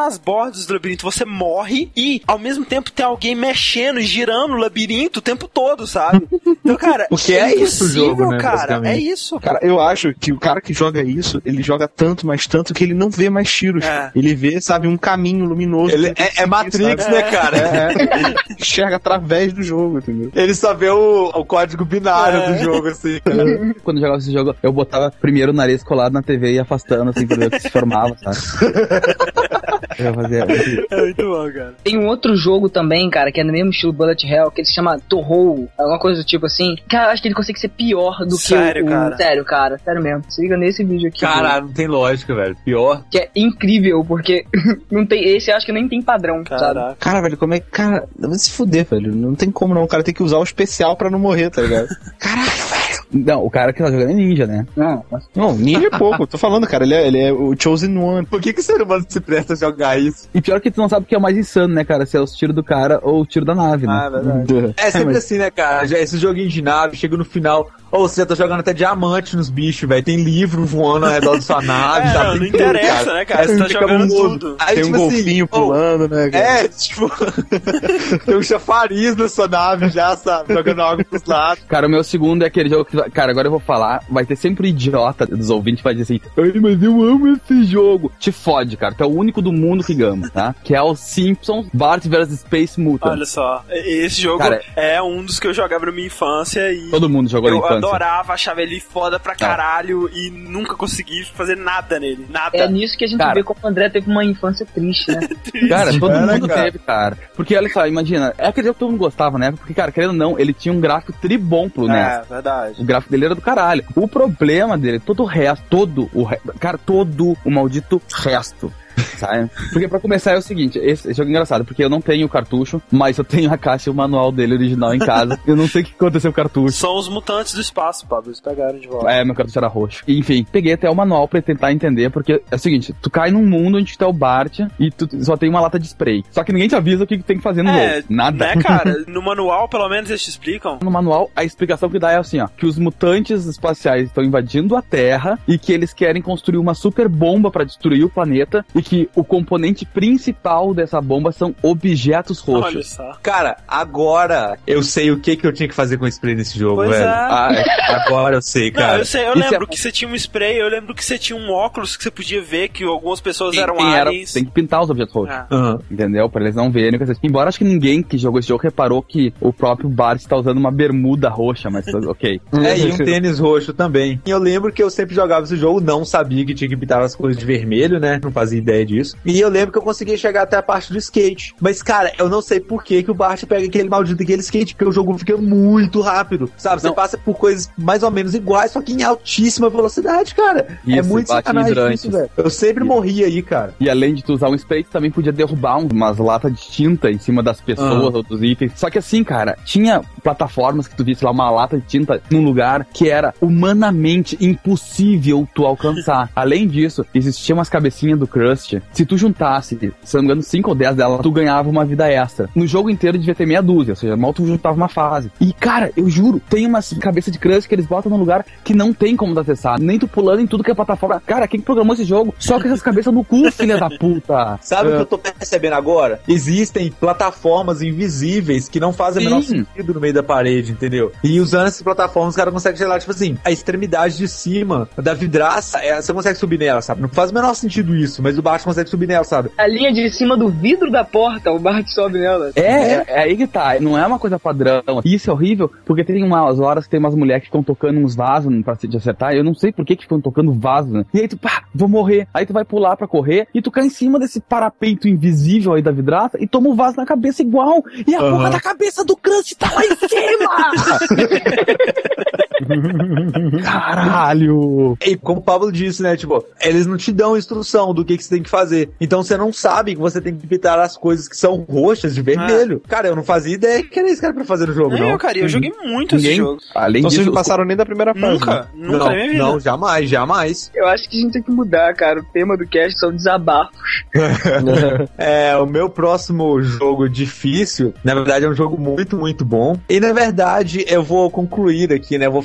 Speaker 2: nas bordas do labirinto, você morre e, ao mesmo tempo, tem alguém mexendo e girando o labirinto o tempo todo, sabe? Então, cara,
Speaker 4: porque é, é isso o jogo, né,
Speaker 2: cara, é isso.
Speaker 3: Cara, eu acho que o cara que joga isso, ele joga tanto, mas tanto que ele não vê mais tiros. É. Ele vê, sabe, um caminho luminoso.
Speaker 4: Ele é, é Matrix, sabe? Né, cara?
Speaker 3: É, é. Ele enxerga através do jogo, entendeu?
Speaker 4: Ele só vê o, o código binário é. do jogo, assim.
Speaker 6: Quando eu jogava esse jogo, eu botava primeiro o nariz colado na T V e afastando, assim, pra ver o que se formava, sabe? Eu fazia...
Speaker 2: É muito bom, cara.
Speaker 5: Tem um outro jogo também, cara, que é no mesmo estilo Bullet Hell, que ele se chama Touhou, alguma coisa do tipo assim. Cara, eu acho que ele consegue ser pior do
Speaker 2: sério,
Speaker 5: que o...
Speaker 2: cara?
Speaker 5: Sério, cara. Sério mesmo. Se liga nesse vídeo aqui.
Speaker 4: Caralho, não tem lógica, velho. Pior.
Speaker 5: Que é incrível, porque não tem... Esse eu acho que nem tem padrão,
Speaker 2: Caraca.
Speaker 5: sabe?
Speaker 3: Cara, velho, como é que... Cara, vai se fuder, velho. Não tem como não. O cara tem que usar o especial pra não morrer, tá ligado? Caralho, velho.
Speaker 6: Não, o cara que tá jogando é ninja, né?
Speaker 5: Não, mas...
Speaker 3: Não, ninja é pouco. Tô falando, cara. Ele é, ele é o Chosen One.
Speaker 4: Por que que o ser humano se presta a jogar isso?
Speaker 6: E pior que tu não sabe o que é mais insano, né, cara? Se é os tiros do cara ou o tiro da nave, né?
Speaker 2: Ah, é verdade.
Speaker 4: É sempre assim, né, cara? Já esse joguinho de nave, chega no final... Ou você tá jogando até diamante nos bichos, velho. Tem livro voando ao redor da sua nave.
Speaker 2: É,
Speaker 4: tá?
Speaker 2: Não,
Speaker 4: Tem
Speaker 2: não interessa,
Speaker 4: tudo,
Speaker 2: né, cara? Você tá jogando tudo.
Speaker 4: Aí,
Speaker 3: tem
Speaker 4: tipo
Speaker 3: um
Speaker 4: assim,
Speaker 3: golfinho pulando, oh, né, cara?
Speaker 4: É, tipo... tem um chafariz na sua nave já, sabe? Jogando água pros lados.
Speaker 6: Cara, o meu segundo é aquele jogo que... Cara, agora eu vou falar. Vai ter sempre um idiota dos ouvintes que vai dizer assim... Ai, mas eu amo esse jogo. Te fode, cara. Tu é o único do mundo que gama, tá? Que é o Simpsons Bart versus Space Mutant.
Speaker 2: Olha só. Esse jogo, cara, é um dos que eu jogava na minha infância e...
Speaker 6: Todo mundo jogou na infância.
Speaker 2: Eu adorava, achava ele foda pra caralho e nunca consegui fazer nada nele. Nada.
Speaker 5: É nisso que a gente cara, vê como o André teve uma infância triste, né?
Speaker 6: Cara, todo
Speaker 4: cara,
Speaker 6: mundo
Speaker 4: cara.
Speaker 6: teve, cara. Porque, olha só, imagina, é aquele jogo que todo mundo gostava, né? Porque, cara, querendo ou não, ele tinha um gráfico tribom pro N E S.
Speaker 2: É, verdade.
Speaker 6: O gráfico dele era do caralho. O problema dele, todo o resto, todo o resto, cara, todo o maldito resto. Sabe? Porque pra começar é o seguinte, esse, esse jogo é engraçado, porque eu não tenho o cartucho, mas eu tenho a caixa e o manual dele original em casa. Eu não sei o que aconteceu com o cartucho.
Speaker 2: São os mutantes do espaço, Pablo, eles pegaram de volta.
Speaker 6: É, meu cartucho era roxo. E, enfim, peguei até o manual pra tentar entender, porque é o seguinte, tu cai num mundo onde tu é o Bart e tu só tem uma lata de spray. Só que ninguém te avisa o que tu tem que fazer no
Speaker 2: é,
Speaker 6: jogo. Nada.
Speaker 2: Né, cara? No manual, pelo menos, eles te explicam.
Speaker 6: No manual, a explicação que dá é assim, ó, que os mutantes espaciais estão invadindo a Terra e que eles querem construir uma super bomba pra destruir o planeta e que o componente principal dessa bomba são objetos roxos.
Speaker 2: Olha só.
Speaker 4: Cara, agora eu sei o que que eu tinha que fazer com spray nesse jogo,
Speaker 2: pois
Speaker 4: velho.
Speaker 2: É.
Speaker 4: Ah, agora eu sei, cara.
Speaker 2: Não, eu sei, eu
Speaker 6: Isso
Speaker 2: lembro
Speaker 6: é...
Speaker 2: que você tinha um spray, eu lembro que você tinha um óculos que você podia ver que algumas pessoas
Speaker 6: Quem,
Speaker 2: eram
Speaker 6: quem
Speaker 2: aliens.
Speaker 6: Era, tem que pintar os objetos roxos.
Speaker 2: Ah.
Speaker 4: Uhum.
Speaker 6: Entendeu? Pra eles não verem. Embora acho que ninguém que jogou esse jogo reparou que o próprio Bart está usando uma bermuda roxa, mas ok.
Speaker 4: É, e um tênis roxo também. E eu lembro que eu sempre jogava esse jogo, não sabia que tinha que pintar as coisas de vermelho, né? Não fazia ideia disso. E eu lembro que eu conseguia chegar até a parte do skate. Mas, cara, eu não sei por que que o Bart pega aquele maldito aquele skate, porque o jogo fica muito rápido, sabe? Você
Speaker 6: não.
Speaker 4: passa por coisas mais ou menos iguais, só que em altíssima velocidade, cara.
Speaker 6: Isso,
Speaker 4: é muito sacanagem isso, velho. Eu sempre
Speaker 6: isso.
Speaker 4: morri aí, cara.
Speaker 6: E além de tu usar um spray, tu também podia derrubar umas latas de tinta em cima das pessoas
Speaker 4: Uhum.
Speaker 6: ou dos itens. Só que assim, cara, tinha plataformas que tu visse lá uma lata de tinta num lugar que era humanamente impossível tu alcançar. Além disso, existiam umas cabecinhas do Krusty. Se tu juntasse, se não me engano, cinco ou dez delas, tu ganhava uma vida extra. No jogo inteiro devia ter meia dúzia, ou seja, mal tu juntava uma fase. E, cara, eu juro, tem umas cabeças de Krusty que eles botam num lugar que não tem como tu acessar. Nem tu pulando em tudo que é plataforma. Cara, quem programou esse jogo? Só com essas cabeças no cu, filha da puta.
Speaker 4: Sabe o
Speaker 6: é.
Speaker 4: que eu tô percebendo agora? Existem plataformas invisíveis que não fazem o menor sentido no meio da parede, entendeu? E usando essas plataformas, os caras conseguem, sei lá, tipo assim, a extremidade de cima da vidraça, é, você consegue subir nela, sabe? Não faz o menor sentido isso, mas o baixo consegue subir nela, sabe?
Speaker 5: A linha de cima do vidro da porta, o Bart sobe nela.
Speaker 6: É, é, é aí que tá. Não é uma coisa padrão. Isso é horrível, porque tem umas horas que tem umas mulheres que ficam tocando uns vasos pra te acertar. Eu não sei por que que ficam tocando vasos, né? E aí tu, pá, vou morrer. Aí tu vai pular pra correr e tu cai em cima desse parapeito invisível aí da vidraça e toma um vaso na cabeça igual. E a uhum. porra da cabeça do Krusty tá lá em cima! Caralho!
Speaker 4: E como o Pablo disse, né, tipo, eles não te dão instrução do que, que você tem que fazer. Então você não sabe que você tem que pintar as coisas que são roxas de vermelho. Ah. Cara, eu não fazia ideia que era isso que era pra fazer no jogo,
Speaker 2: é,
Speaker 4: não.
Speaker 2: Eu, cara, eu joguei muito Ninguém, esse jogo.
Speaker 3: Além então disso, vocês não passaram nem da primeira fase.
Speaker 2: Nunca,
Speaker 3: né?
Speaker 2: nunca
Speaker 4: não,
Speaker 2: na minha vida.
Speaker 4: Não, jamais, jamais.
Speaker 5: Eu acho que a gente tem que mudar, cara. O tema do cast são desabafos.
Speaker 4: É, o meu próximo jogo difícil, na verdade, é um jogo muito, muito bom. E, na verdade, eu vou concluir aqui, né? Eu vou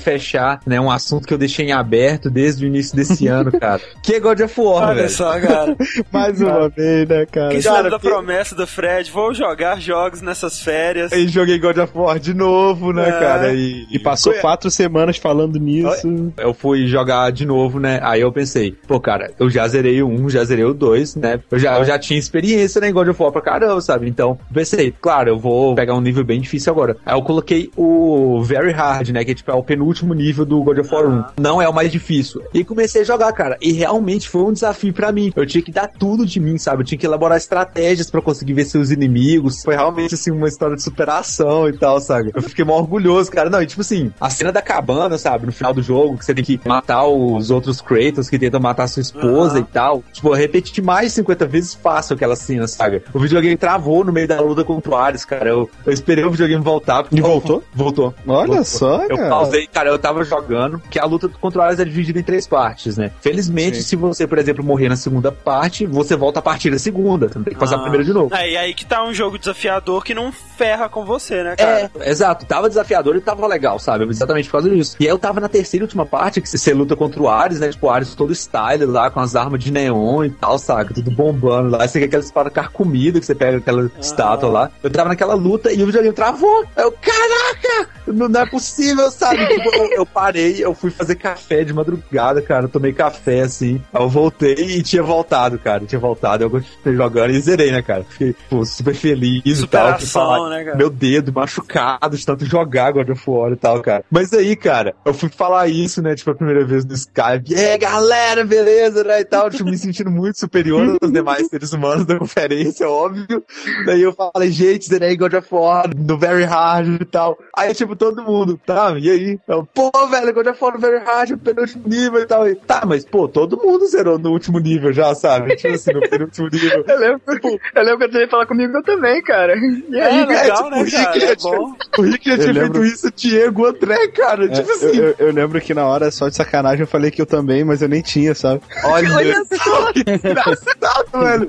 Speaker 4: fechar, né, um assunto que eu deixei em aberto desde o início desse ano, cara. Que é God of War,
Speaker 2: Olha
Speaker 4: velho.
Speaker 2: só, cara.
Speaker 3: Mais uma vez, né, cara?
Speaker 2: Quem se
Speaker 4: Cara,
Speaker 2: lembra da
Speaker 4: porque-
Speaker 2: promessa do Fred? Vou jogar jogos nessas férias.
Speaker 4: E joguei God of War de novo, né,
Speaker 2: É.
Speaker 4: cara? E,
Speaker 3: E passou
Speaker 4: Foi-
Speaker 3: quatro semanas falando nisso.
Speaker 4: Eu fui jogar de novo, né? Aí eu pensei, pô, cara, eu já zerei o um, já zerei o dois, né? Eu já, eu já tinha experiência, né, em God of War pra caramba, sabe? Então, pensei, claro, eu vou pegar um nível bem difícil agora. Aí eu coloquei o Very Hard, né? Que tipo, é o penúltimo nível do God of War um. Não é o mais difícil. E comecei a jogar, cara. E realmente foi um desafio pra mim. Eu tinha que dar tudo de mim, sabe? Eu tinha que elaborar estratégias pra conseguir vencer os inimigos. Foi realmente, assim, uma história de superação e tal, sabe? Eu fiquei mó orgulhoso, cara. Não, e tipo assim, a cena da cabana, sabe? No final do jogo, que você tem que matar os outros Kratos que tentam matar sua esposa
Speaker 2: Uhum.
Speaker 4: e tal. Tipo, eu repeti mais de cinquenta vezes fácil aquela cena, sabe? O videogame travou no meio da luta contra o Ares, cara. Eu, eu esperei o videogame voltar. Porque...
Speaker 3: E voltou?
Speaker 4: Voltou.
Speaker 3: Olha
Speaker 4: Voltou.
Speaker 3: só,
Speaker 4: Eu
Speaker 3: cara.
Speaker 4: pausei, cara, eu tava jogando, que a luta contra o Ares é dividida em três partes, né? Felizmente,
Speaker 3: Sim.
Speaker 4: se você, por exemplo, morrer na segunda parte, você volta a partir da segunda. Você não tem que passar
Speaker 2: Ah.
Speaker 4: a primeira de novo.
Speaker 2: Aí, aí que tá um jogo desafiador que não ferra com você, né, cara?
Speaker 4: É, exato. Tava desafiador e tava legal, sabe? Exatamente por causa disso. E aí eu tava na terceira e última parte, que você luta contra o Ares, né? Tipo, o Ares todo style lá, com as armas de neon e tal, saca? Tudo bombando lá. Aí você quer aquela espada carcomida, que você pega aquela estátua lá. Eu tava naquela luta e o videogame travou. Aí eu, caraca! Não, não é possível, sabe? Tipo, eu, eu parei, eu fui fazer café de madrugada, cara. Eu tomei café, assim. Aí eu voltei e tinha voltado, cara. Tinha voltado. Eu continuei jogando e zerei, né, cara? Fiquei, pô, super feliz e tal. Fui
Speaker 2: Superação,
Speaker 4: falar,
Speaker 2: né, cara?
Speaker 4: Meu dedo machucado de tanto jogar God of War e tal, cara. Mas aí, cara, eu fui falar isso, né, tipo, a primeira vez no Skype. E aí, galera, beleza, né, e tal. Tipo, me sentindo muito superior aos demais seres humanos da conferência, óbvio. Daí eu falei, gente, zerei God of War no Very Hard e tal. Aí, tipo, todo mundo, tá, e aí? Eu, pô, velho, God of War no Very Hard, no penúltimo nível e tal. E, tá, mas, pô, todo mundo zerou no último nível já, sabe? Tipo assim, no penúltimo nível.
Speaker 5: Eu lembro, eu lembro que ele falar comigo eu também, cara. E aí,
Speaker 2: É, legal,
Speaker 4: tipo,
Speaker 2: né,
Speaker 4: o Rick
Speaker 2: cara?
Speaker 4: já
Speaker 2: É
Speaker 4: tinha-
Speaker 2: bom.
Speaker 4: O Rick já
Speaker 3: Eu
Speaker 4: tinha
Speaker 3: lembro-
Speaker 4: feito isso, o Diego, o André, cara.
Speaker 3: É,
Speaker 4: tipo
Speaker 3: eu,
Speaker 4: assim.
Speaker 3: eu- eu lembro que na hora, só de sacanagem, eu falei que eu também, mas eu nem tinha, sabe?
Speaker 4: Olha só que engraçado, velho.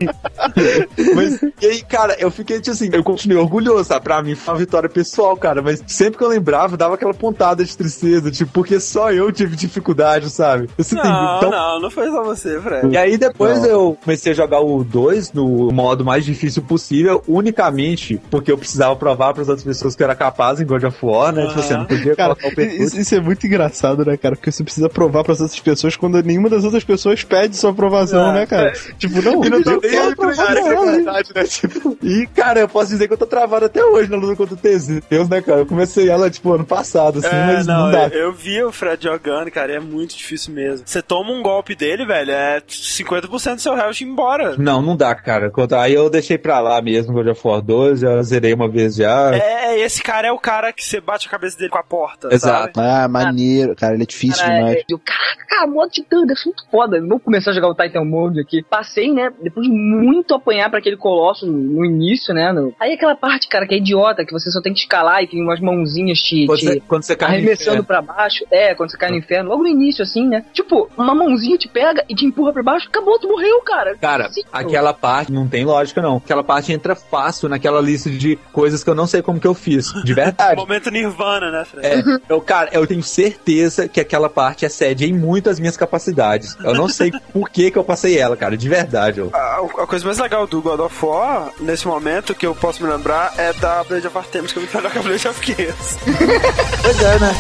Speaker 4: Mas, e aí, cara, eu fiquei, tipo assim, eu continuei orgulhoso, sabe? Pra mim foi uma vitória pessoal, cara. Mas sempre que eu lembrava, dava aquela pontada de tristeza, tipo, porque só eu tive dificuldade, sabe? Você tem,
Speaker 2: Não,
Speaker 4: então,
Speaker 2: não, não foi só você, Fred.
Speaker 4: E aí depois
Speaker 3: Não.
Speaker 4: eu comecei a jogar o dois no modo mais difícil possível, unicamente porque eu precisava provar para as outras pessoas que eu era capaz em God of War, né? Tipo, você não podia
Speaker 3: Cara,
Speaker 4: colocar o percurso.
Speaker 3: isso, isso é muito engraçado, né, cara? Porque você precisa provar pras outras pessoas quando nenhuma das outras pessoas pede sua aprovação,
Speaker 2: É.
Speaker 3: né, cara? Tipo, não,
Speaker 4: E não tô
Speaker 3: eu
Speaker 4: nem
Speaker 3: quero
Speaker 4: aí pra
Speaker 3: provar
Speaker 4: isso,
Speaker 3: pra
Speaker 4: é
Speaker 3: ela, hein?
Speaker 4: verdade, né? Tipo, e, cara, eu posso dizer que eu tô travado até hoje na luta contra o Teseus, né, cara? Eu comecei ela, tipo, ano passado, assim,
Speaker 2: É,
Speaker 4: mas não,
Speaker 2: não,
Speaker 4: dá.
Speaker 2: eu, eu vi o Fred jogando, cara, e é muito difícil mesmo. Você toma um golpe dele, velho, é cinquenta por cento do seu health embora.
Speaker 4: Não, não dá, cara. Contra- Aí eu deixei pra lá mesmo, God of War dois, já zerei uma vez já.
Speaker 2: É, esse cara é o cara que você bate a cabeça dele com a porta,
Speaker 4: Exato.
Speaker 2: sabe?
Speaker 3: Ah, maneiro, cara, ele é difícil
Speaker 5: Cara,
Speaker 3: demais.
Speaker 5: é, eu, caraca, cara, modo titã, deve ser muito foda. Vou começar a jogar o Titan Mode aqui. Passei, né, depois de muito apanhar pra aquele colosso no início, né? No... Aí aquela parte, cara, que é idiota, que você só tem que escalar e tem umas mãozinhas te,
Speaker 4: Quando
Speaker 5: te
Speaker 4: você, quando você cai no
Speaker 5: arremessando
Speaker 4: inferno.
Speaker 5: pra baixo. É, quando você cai no inferno, logo no início, assim, né? Tipo, uma mãozinha te pega e te empurra pra baixo, acabou, tu morreu, cara.
Speaker 4: Cara,
Speaker 5: Sim.
Speaker 4: aquela parte não tem lógica, não. Aquela parte entra fácil naquela lista de coisas que eu não sei como que eu fiz. De verdade.
Speaker 2: Momento Nirvana, né, Fred?
Speaker 4: É, eu, cara, eu tenho certeza que aquela parte excede em muito as minhas capacidades. Eu não sei por que que eu passei ela, cara, de verdade. Eu.
Speaker 2: A, a coisa mais legal do God of War, nesse momento, que eu posso me lembrar, é da Blade of Artemis, que é muito melhor que a Blade of Chaos.
Speaker 4: Pois é, né?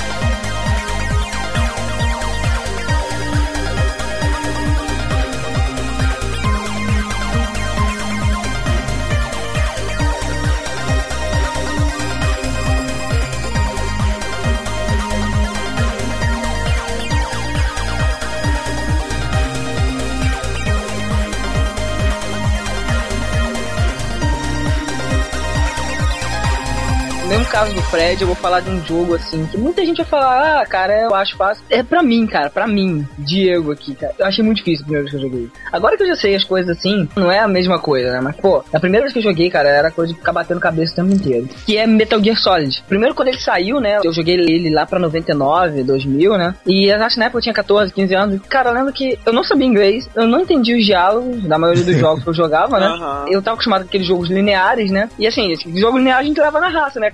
Speaker 5: No mesmo caso do Fred, eu vou falar de um jogo assim, que muita gente vai falar, ah, cara, eu acho fácil. É pra mim, cara, pra mim, Diego aqui, cara. Eu achei muito difícil a primeira vez que eu joguei. Agora que eu já sei as coisas assim, não é a mesma coisa, né? Mas, pô, a primeira vez que eu joguei, cara, era coisa de ficar batendo cabeça o tempo inteiro. Que é Metal Gear Solid. Primeiro, quando ele saiu, né, eu joguei ele lá pra noventa e nove, dois mil, né? E eu acho que na época eu tinha catorze, quinze anos. Cara, eu lembro que eu não sabia inglês, eu não entendi os diálogos da maioria dos jogos que eu jogava, né?
Speaker 2: Aham.
Speaker 5: Eu tava acostumado com aqueles jogos lineares, né? E assim, esse jogo linear a gente leva na raça, né,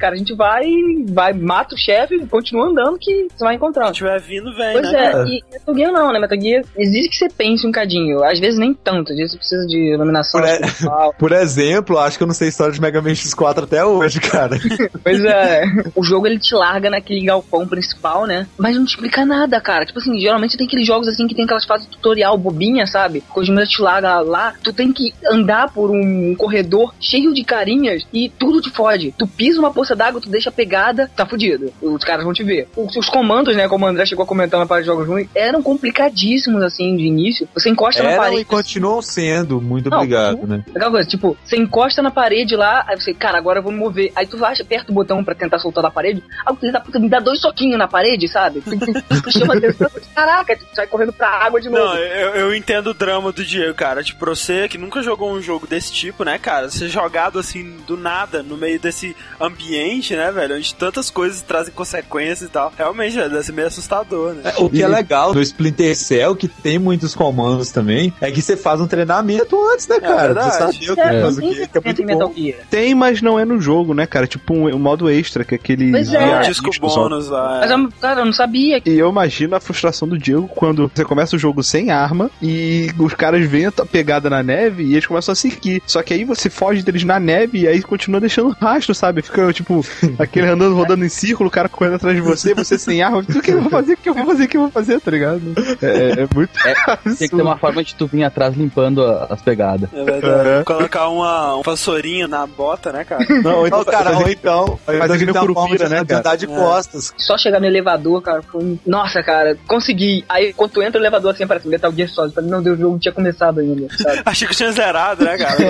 Speaker 5: cara? A gente vai, vai mata o chefe e continua andando que você vai encontrar.
Speaker 2: Se tiver vindo, vem,
Speaker 5: pois
Speaker 2: né?
Speaker 5: Pois é, e Metal Gear não, né? Metal Gear exige que você pense um cadinho. Às vezes nem tanto, às vezes você precisa de iluminação
Speaker 4: Por, e...
Speaker 5: espiritual.
Speaker 4: Por exemplo, acho que eu não sei a história de Mega Man X quatro até hoje, cara.
Speaker 5: Pois é. O jogo ele te larga naquele galpão principal, né? Mas não te explica nada, cara. Tipo assim, geralmente tem aqueles jogos assim que tem aquelas fases tutorial bobinha, sabe? Quando o te larga lá, tu tem que andar por um corredor cheio de carinhas e tudo te fode. Tu pisa uma poça d'água, tu deixa a pegada, tá fudido. Os caras vão te ver. Os, os comandos, né, como o André chegou a comentar na parte de jogos ruins, eram complicadíssimos, assim, de início. Você encosta
Speaker 4: Eram
Speaker 5: na parede.
Speaker 4: E continuam sendo, muito
Speaker 5: não,
Speaker 4: obrigado,
Speaker 5: tu,
Speaker 4: né?
Speaker 5: Aquela coisa, tipo, você encosta na parede lá, aí você, cara, agora eu vou me mover. Aí tu vai, aperta o botão pra tentar soltar da parede, aí o filho da puta me dá dois soquinhos na parede, sabe? Tu, tu, tu chama atenção, caraca, tu sai correndo pra água de novo.
Speaker 2: Não, eu, eu entendo o drama do Diego, cara. Tipo, você que nunca jogou um jogo desse tipo, né, cara? Ser jogado assim, do nada, no meio desse ambiente, né, velho? Onde tantas coisas trazem consequências e tal. Realmente, velho, deve ser meio assustador, né?
Speaker 4: É, o que é legal no Splinter Cell, que tem muitos comandos também, é que você faz um treinamento antes, né, cara?
Speaker 2: É
Speaker 4: você sabe o que
Speaker 5: é,
Speaker 4: faz o que, que é muito bom.
Speaker 3: Tem, mas não é no jogo, né, cara? Tipo um, um modo extra, que é aquele...
Speaker 5: Pois é.
Speaker 2: Um disco bônus lá.
Speaker 5: Mas, eu, cara, eu não sabia.
Speaker 3: E eu imagino a frustração do Diego quando você começa o jogo sem arma e os caras veem a pegada na neve e eles começam a seguir. Só que aí você foge deles na neve e aí continua deixando rastro, sabe? Fica, tipo, aquele andando, rodando em círculo, o cara correndo atrás de você, você sem arma. O que eu vou fazer? O que eu vou fazer? O que eu vou fazer? Tá ligado? É, é muito...
Speaker 6: É, tem que ter uma forma de tu vir atrás limpando a, as pegadas.
Speaker 2: É verdade. É. Colocar uma, um vassourinho na bota, né, cara?
Speaker 4: Não, então, cara, ou então...
Speaker 3: Faz aquele curupira, né, cara?
Speaker 4: Andar de costas.
Speaker 5: Só chegar no elevador, cara, foi um... Nossa, cara, consegui. Aí, quando tu entra no elevador, assim, aparece Metal Gear Solid. Falei, meu Deus, o jogo tinha começado ainda, sabe?
Speaker 2: Achei que tinha zerado, né, cara?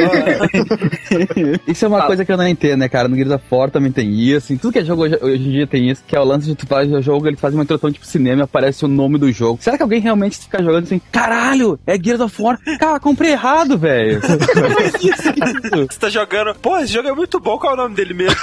Speaker 6: Isso é uma
Speaker 5: Fala.
Speaker 6: coisa que eu não entendo, né, cara? No Gears of War também tem isso. Em tudo que é jogo hoje, hoje em dia tem isso, que é o lance de tu faz o jogo, ele faz uma introdução tipo cinema e aparece o nome do jogo. Será que alguém realmente fica jogando assim, caralho, é Gears of War? Cara, comprei errado, velho.
Speaker 2: Você tá jogando, pô, esse jogo é muito bom, qual é o nome dele mesmo?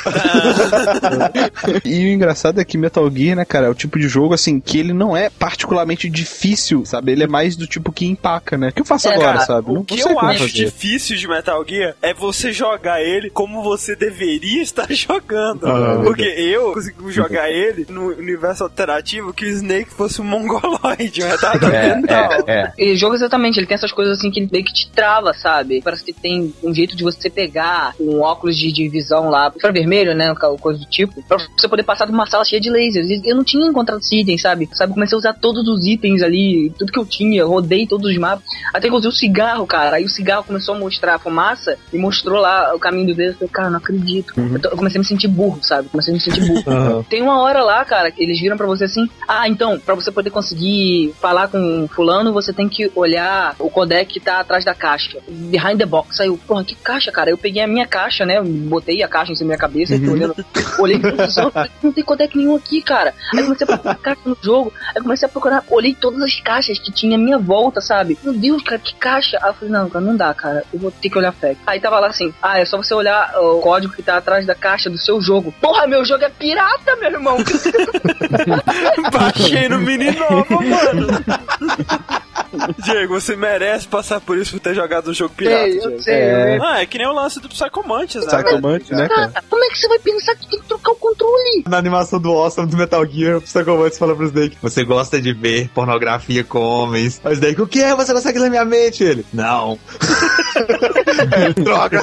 Speaker 3: E o engraçado é que Metal Gear, né, cara, é o tipo de jogo, assim, que ele não é particularmente difícil, sabe? Ele é mais do tipo que empaca, né? O que eu faço
Speaker 5: É,
Speaker 3: agora,
Speaker 5: cara,
Speaker 3: sabe?
Speaker 2: O
Speaker 3: Não
Speaker 2: que
Speaker 3: sei
Speaker 2: eu
Speaker 3: como
Speaker 2: acho
Speaker 3: fazer.
Speaker 2: difícil de Metal Gear é você jogar ele como você deveria estar jogando.
Speaker 3: Ah,
Speaker 2: Porque eu consegui jogar ele no universo alternativo que o Snake fosse um mongoloide, um retardado mental.
Speaker 6: É, é, é.
Speaker 5: E o jogo, exatamente, ele tem essas coisas assim que ele meio que te trava, sabe? Parece que tem um jeito de você pegar um óculos de, de visão lá, infravermelho, né? Coisa do tipo, pra você poder passar por uma sala cheia de lasers. E eu não tinha encontrado esses itens, sabe? Sabe? Comecei a usar todos os itens ali, tudo que eu tinha, rodei todos os mapas. Até que eu usei o cigarro, cara. Aí o cigarro começou a mostrar a fumaça e mostrou lá o caminho do dedo. Eu falei, cara, não acredito.
Speaker 3: Uhum.
Speaker 5: Eu, tô- eu comecei a me sentir burro, sabe? Comecei a me sentir burro.
Speaker 3: Uhum.
Speaker 5: Tem uma hora lá, cara, que eles viram pra você assim, ah, então, pra você poder conseguir falar com fulano, você tem que olhar o codec que tá atrás da caixa. Behind the box. Aí eu, porra, que caixa, cara? Eu peguei a minha caixa, né? Botei a caixa em cima da minha cabeça,
Speaker 3: Uhum.
Speaker 5: tô olhando, olhei pra posição, não tem codec nenhum aqui, cara. Aí comecei a procurar caixa no jogo, aí comecei a procurar, olhei todas as caixas que tinha à minha volta, sabe? Meu Deus, cara, que caixa? Aí eu falei, não, cara, não dá, cara, eu vou ter que olhar fact. Aí tava lá assim, ah, é só você olhar o código que tá atrás da caixa do seu jogo. Porra, meu jogo é pirata, meu irmão!
Speaker 2: Baixei no mini nova, mano. Diego, você merece passar por isso por ter jogado um jogo pirata,
Speaker 5: Sei, eu
Speaker 2: Diego.
Speaker 5: sei,
Speaker 6: É.
Speaker 5: eu-
Speaker 2: Ah, é que nem o lance do Psychomantis, né?
Speaker 3: Psychomantis, né, cara?
Speaker 5: Cara, como é que você vai pensar que tem que trocar o controle?
Speaker 4: Na animação do Awesome do Metal Gear, o Psychomantis fala pro Snake, você gosta de ver pornografia com homens. Aí o Snake, o que é? Você consegue ler minha mente? Ele, não. Droga.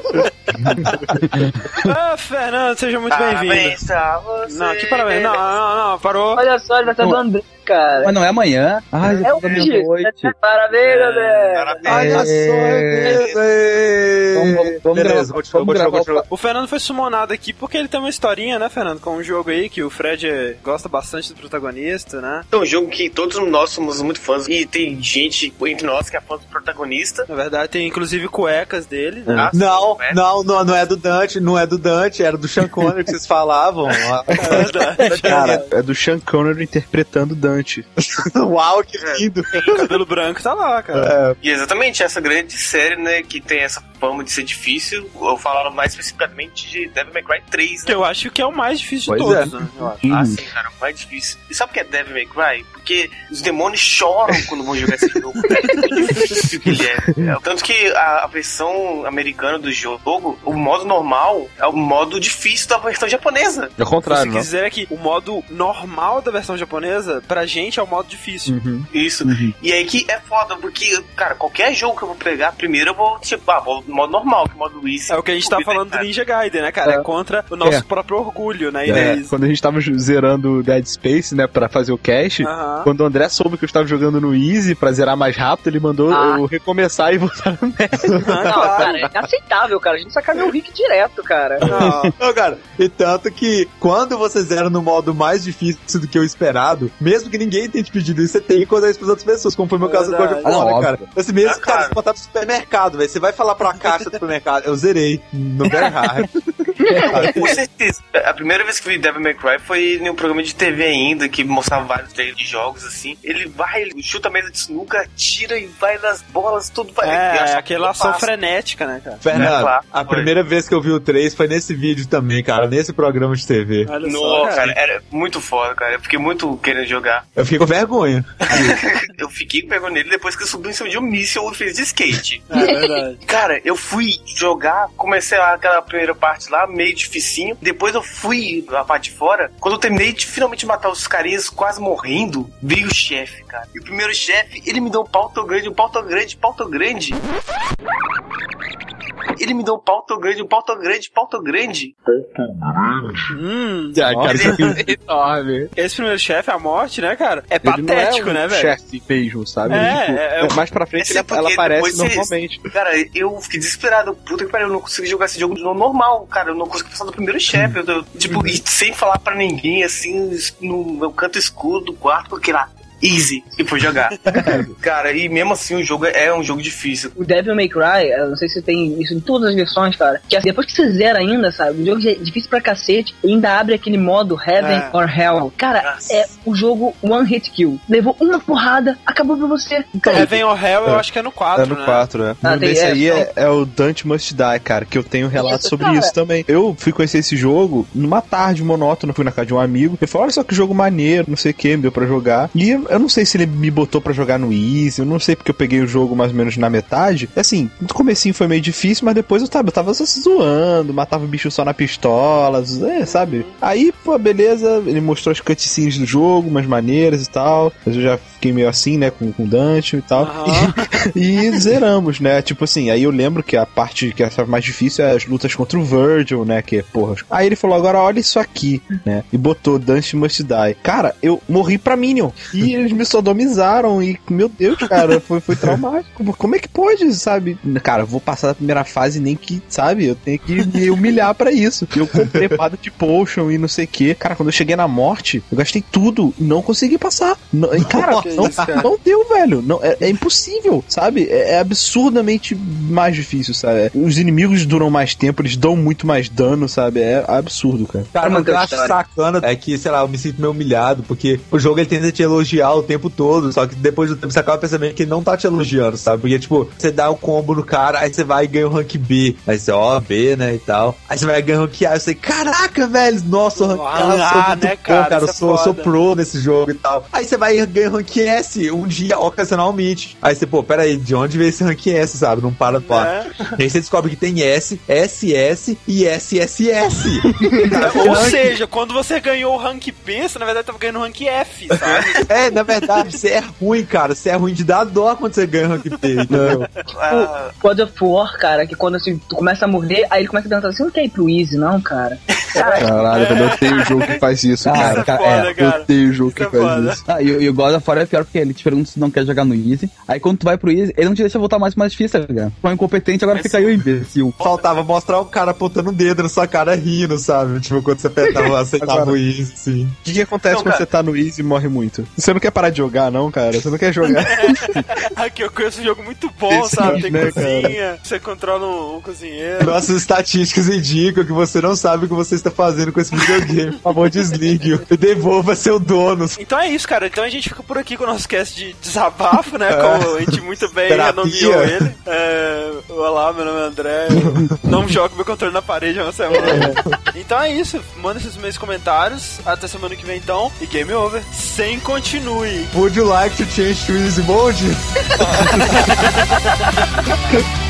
Speaker 2: Ah, Fernando, seja muito bem-vindo.
Speaker 7: Parabéns pra você.
Speaker 2: Não, que parabéns. Não, não, não, parou.
Speaker 5: Olha só, ele vai estar do André, cara.
Speaker 6: Mas não é amanhã? Ai, já
Speaker 5: É
Speaker 6: tá
Speaker 5: hoje.
Speaker 6: meia-noite.
Speaker 5: Parabéns, André.
Speaker 7: Parabéns.
Speaker 4: Olha só,
Speaker 6: É. Vamos- vamos- vamos
Speaker 4: Beleza,
Speaker 6: gravar-
Speaker 4: continua,
Speaker 6: vamos
Speaker 4: continua,
Speaker 6: gravar o-
Speaker 4: continua.
Speaker 2: O Fernando foi sumonado aqui porque ele tem uma historinha, né, Fernando? Com um jogo aí que o Fred eh, gosta bastante do protagonista, né?
Speaker 7: É um jogo que todos nós somos muito fãs e tem gente entre nós que é fã do protagonista.
Speaker 2: Na verdade, tem inclusive cuecas dele, né?
Speaker 7: Ah,
Speaker 4: Não,
Speaker 7: é?
Speaker 4: não, não, não é do Dante, não é do Dante, era do Sean Connery que vocês falavam.
Speaker 2: É verdade.
Speaker 3: Cara, é do Sean Connery interpretando Dante.
Speaker 4: Uau, que lindo.
Speaker 2: O cabelo branco tá lá, cara.
Speaker 7: E exatamente essa grande série, né, que tem essa fama de ser difícil, eu falo mais especificamente de Devil May Cry três, né?
Speaker 2: Que eu acho que é o mais difícil
Speaker 3: Pois
Speaker 2: de todos,
Speaker 3: é.
Speaker 2: né? Eu acho.
Speaker 3: Uhum.
Speaker 7: Ah, sim, cara, o mais difícil. E sabe o que é Devil May Cry? Porque os demônios choram quando vão jogar esse jogo, velho. É difícil que ele é. É, tanto que a, a versão americana do jogo, o modo normal é o modo difícil da versão japonesa.
Speaker 3: É o contrário,
Speaker 2: Se
Speaker 3: não?
Speaker 2: quiser que o modo normal da versão japonesa, pra gente é o modo difícil.
Speaker 3: Uhum.
Speaker 7: Isso. E aí que é foda, porque, cara, qualquer jogo que eu vou pegar, primeiro eu vou, tipo, ah, vou no modo normal, que é o modo easy.
Speaker 2: É o que a gente tá falando do Ninja Gaiden, né, cara? É, é contra o nosso
Speaker 3: é.
Speaker 2: próprio orgulho, né?
Speaker 3: É, quando a gente tava zerando Dead Space, né, pra fazer o cast,
Speaker 2: uh-huh.
Speaker 3: quando o André soube que eu estava jogando no Easy pra zerar mais rápido, ele mandou
Speaker 5: ah.
Speaker 3: eu recomeçar e voltar no médio.
Speaker 5: Não, cara, é inaceitável, cara. A gente sacaneou o Rick direto, cara.
Speaker 4: Não. Não, cara, e tanto que quando você zera no modo mais difícil do que o esperado, mesmo que ninguém tenha te pedido isso, você tem que contar isso pras outras pessoas, como foi o meu caso do God of War, cara. Esse mesmo,
Speaker 7: ah,
Speaker 4: cara,
Speaker 7: cara,
Speaker 4: você botar no supermercado, velho. Você vai falar pra caixa do supermercado, eu zerei no Very Hard.
Speaker 7: Com certeza. A primeira vez que eu vi Devil May Cry foi em um programa de T V ainda, que mostrava vários trailers de jogos, assim. Ele vai, ele chuta a mesa de sinuca, tira e vai nas bolas, tudo vai...
Speaker 2: É, é aquela ação frenética, né, cara?
Speaker 4: Fernando,
Speaker 7: é, claro,
Speaker 4: a
Speaker 7: foi.
Speaker 4: primeira vez que eu vi o três foi nesse vídeo também, cara, nesse programa de T V.
Speaker 2: Olha
Speaker 7: Não,
Speaker 2: só,
Speaker 7: cara, era muito foda, cara. Eu fiquei muito querendo jogar.
Speaker 4: Eu fiquei com vergonha.
Speaker 7: Eu fiquei com vergonha nele depois que eu subi em cima de um míssil e fiz de skate.
Speaker 2: É verdade.
Speaker 7: Cara, eu fui jogar, comecei lá aquela primeira parte lá, meio dificinho. Depois eu fui a parte de fora. Quando eu terminei de finalmente matar os carinhas quase morrendo, veio o chefe, cara. E o primeiro chefe, ele me deu um pau tão grande, um pau tão grande, um pau tão grande. Ele me deu um pau tão grande, um pau tão grande, um pau tão grande.
Speaker 2: Hum,
Speaker 3: Ah, cara,
Speaker 2: ele...
Speaker 3: enorme.
Speaker 2: Esse primeiro chefe, a morte, né, cara? É patético,
Speaker 3: não é um
Speaker 2: né, velho?
Speaker 3: chefe mesmo, sabe?
Speaker 2: É,
Speaker 3: tipo,
Speaker 2: é, é,
Speaker 3: mais pra frente
Speaker 7: é
Speaker 3: ele, ela aparece
Speaker 7: depois
Speaker 3: normalmente.
Speaker 7: Você, cara, eu fiquei desesperado. Puta que pariu, eu não consegui jogar esse jogo no normal, cara. Eu não consegui passar do primeiro chefe. Eu, eu, tipo,
Speaker 3: Uhum.
Speaker 7: e sem falar pra ninguém, assim, no meu canto escuro do quarto, porque lá, easy, e foi jogar. Cara, e mesmo assim o jogo é um jogo difícil.
Speaker 5: O Devil May Cry, eu não sei se tem isso em todas as versões, cara, que depois que você zera ainda, sabe, o jogo é difícil pra cacete, e ainda abre aquele modo Heaven
Speaker 2: é.
Speaker 5: or Hell. Cara,
Speaker 7: Nossa.
Speaker 5: é o jogo One Hit Kill. Levou uma porrada, acabou pra você. Cara,
Speaker 2: Heaven or Hell, eu acho que é no quatro,
Speaker 3: É no
Speaker 2: né?
Speaker 3: quatro, é.
Speaker 5: Ah,
Speaker 3: Um
Speaker 5: tem-
Speaker 3: desse
Speaker 5: é,
Speaker 3: aí
Speaker 5: só-
Speaker 3: é, é o Dante Must Die, cara, que eu tenho relato
Speaker 5: Isso,
Speaker 3: sobre
Speaker 5: cara.
Speaker 3: isso também. Eu fui conhecer esse jogo numa tarde monótona, fui na casa de um amigo, ele falou, olha só que jogo maneiro, não sei o que, me deu pra jogar. E eu, eu não sei se ele me botou pra jogar no Easy, eu não sei porque eu peguei o jogo mais ou menos na metade. Assim, no comecinho foi meio difícil, mas depois eu tava, eu tava só zoando, matava o bicho só na pistola, é, sabe? Aí, pô, beleza, ele mostrou as cutscenes do jogo, umas maneiras e tal, mas eu já fiquei meio assim, né, com, com o Dante e tal.
Speaker 2: Aham.
Speaker 3: E zeramos, né? Tipo assim, aí eu lembro que a parte que achava mais difícil é as lutas contra o Virgil, né? Que, porra. Aí ele falou, agora olha isso aqui, né? E botou Dante Must Die. Cara, eu morri pra Minion. E eles me sodomizaram. E, meu Deus, cara, foi, foi traumático. Como é que pode, sabe? Cara, eu vou passar da primeira fase nem que, sabe? Eu tenho que me humilhar pra isso. Eu comprei parada de potion e não sei o que. Cara, quando eu cheguei na morte, eu gastei tudo e não consegui passar. Não, e, cara,
Speaker 2: Que
Speaker 3: não,
Speaker 2: isso, cara?
Speaker 3: não deu, velho. Não, é, é impossível, sabe? É, é absurdamente mais difícil, sabe? Os inimigos duram mais tempo, eles dão muito mais dano, sabe? É absurdo, cara.
Speaker 4: Cara,
Speaker 5: Pra
Speaker 4: mas o que
Speaker 5: manter
Speaker 4: eu
Speaker 5: a
Speaker 4: acho
Speaker 5: história.
Speaker 4: sacana é que, sei lá, eu me sinto meio humilhado, porque o jogo ele tenta te elogiar o tempo todo, só que depois do tempo você acaba percebendo que ele não tá te elogiando, sabe? Porque, tipo, você dá o combo no cara, aí você vai e ganha o rank B, aí você, ó, B, né, e tal. Aí você vai ganhar o rank A, eu sei, caraca, velho, nossa, o rank A, eu sou
Speaker 2: Ah,
Speaker 4: muito
Speaker 2: né,
Speaker 4: bom,
Speaker 2: cara,
Speaker 4: cara, eu
Speaker 2: isso é
Speaker 4: sou, sou
Speaker 2: foda.
Speaker 4: pro nesse jogo e tal. Aí você vai e ganha o rank S um dia, ocasionalmente. Aí você, pô, peraí, de onde veio esse rank S, sabe? Não para de falar.
Speaker 2: É.
Speaker 4: E aí você descobre que tem S, S S e S S S. Cara,
Speaker 2: Ou
Speaker 4: rank-
Speaker 2: seja, quando você ganhou o rank B, você na verdade tava ganhando o rank F, sabe?
Speaker 4: É, na verdade, você é ruim, cara. Você é ruim de dar dó quando você ganha o rank P, entendeu?
Speaker 7: Ah,
Speaker 5: o God of War, cara, que quando assim, tu começa a morder, aí ele começa a perguntar assim, não quer ir pro Easy, não, cara?
Speaker 3: Caralho, eu odeio o jogo que faz isso,
Speaker 6: Ah,
Speaker 3: cara.
Speaker 2: Isso é
Speaker 6: cara,
Speaker 2: foda,
Speaker 6: é,
Speaker 3: Eu
Speaker 2: cara.
Speaker 3: odeio o jogo
Speaker 2: Isso
Speaker 3: que
Speaker 2: é
Speaker 3: faz
Speaker 2: foda.
Speaker 3: isso.
Speaker 6: Ah, e, e o God of War é pior porque ele te pergunta se não quer jogar no Easy. Aí quando tu vai pro Easy, ele não te deixa voltar mais pro mais difícil, tá ligado? Tu é um incompetente, agora fica aí o imbecil.
Speaker 4: Faltava mostrar o cara apontando o dedo na sua cara rindo, sabe? Tipo, quando você apertava, aceitava
Speaker 3: Agora-
Speaker 4: o isso, assim.
Speaker 3: O que, que acontece
Speaker 7: Não,
Speaker 3: quando
Speaker 7: cara.
Speaker 3: você tá no Easy e morre muito? Você não quer parar de jogar, não, cara? Você não quer jogar.
Speaker 2: Aqui eu conheço um jogo muito bom,
Speaker 3: Esse
Speaker 2: sabe? Tem
Speaker 3: né,
Speaker 2: cozinha, você controla um, um cozinheiro.
Speaker 4: Nossas estatísticas indicam que você não sabe o que você está está fazendo com esse videogame. Por favor, desligue-o e devolva seu dono.
Speaker 2: Então é isso, cara. Então a gente fica por aqui com o nosso cast de desabafo, né? Como a gente muito bem
Speaker 4: Terapia.
Speaker 2: renomeou ele. É... Olá, meu nome é André. Não jogo meu controle na parede há uma semana. Então é isso. Manda esses meus comentários. Até semana que vem, então. E game over. Sem continue.
Speaker 4: Would you like to change to easy mode?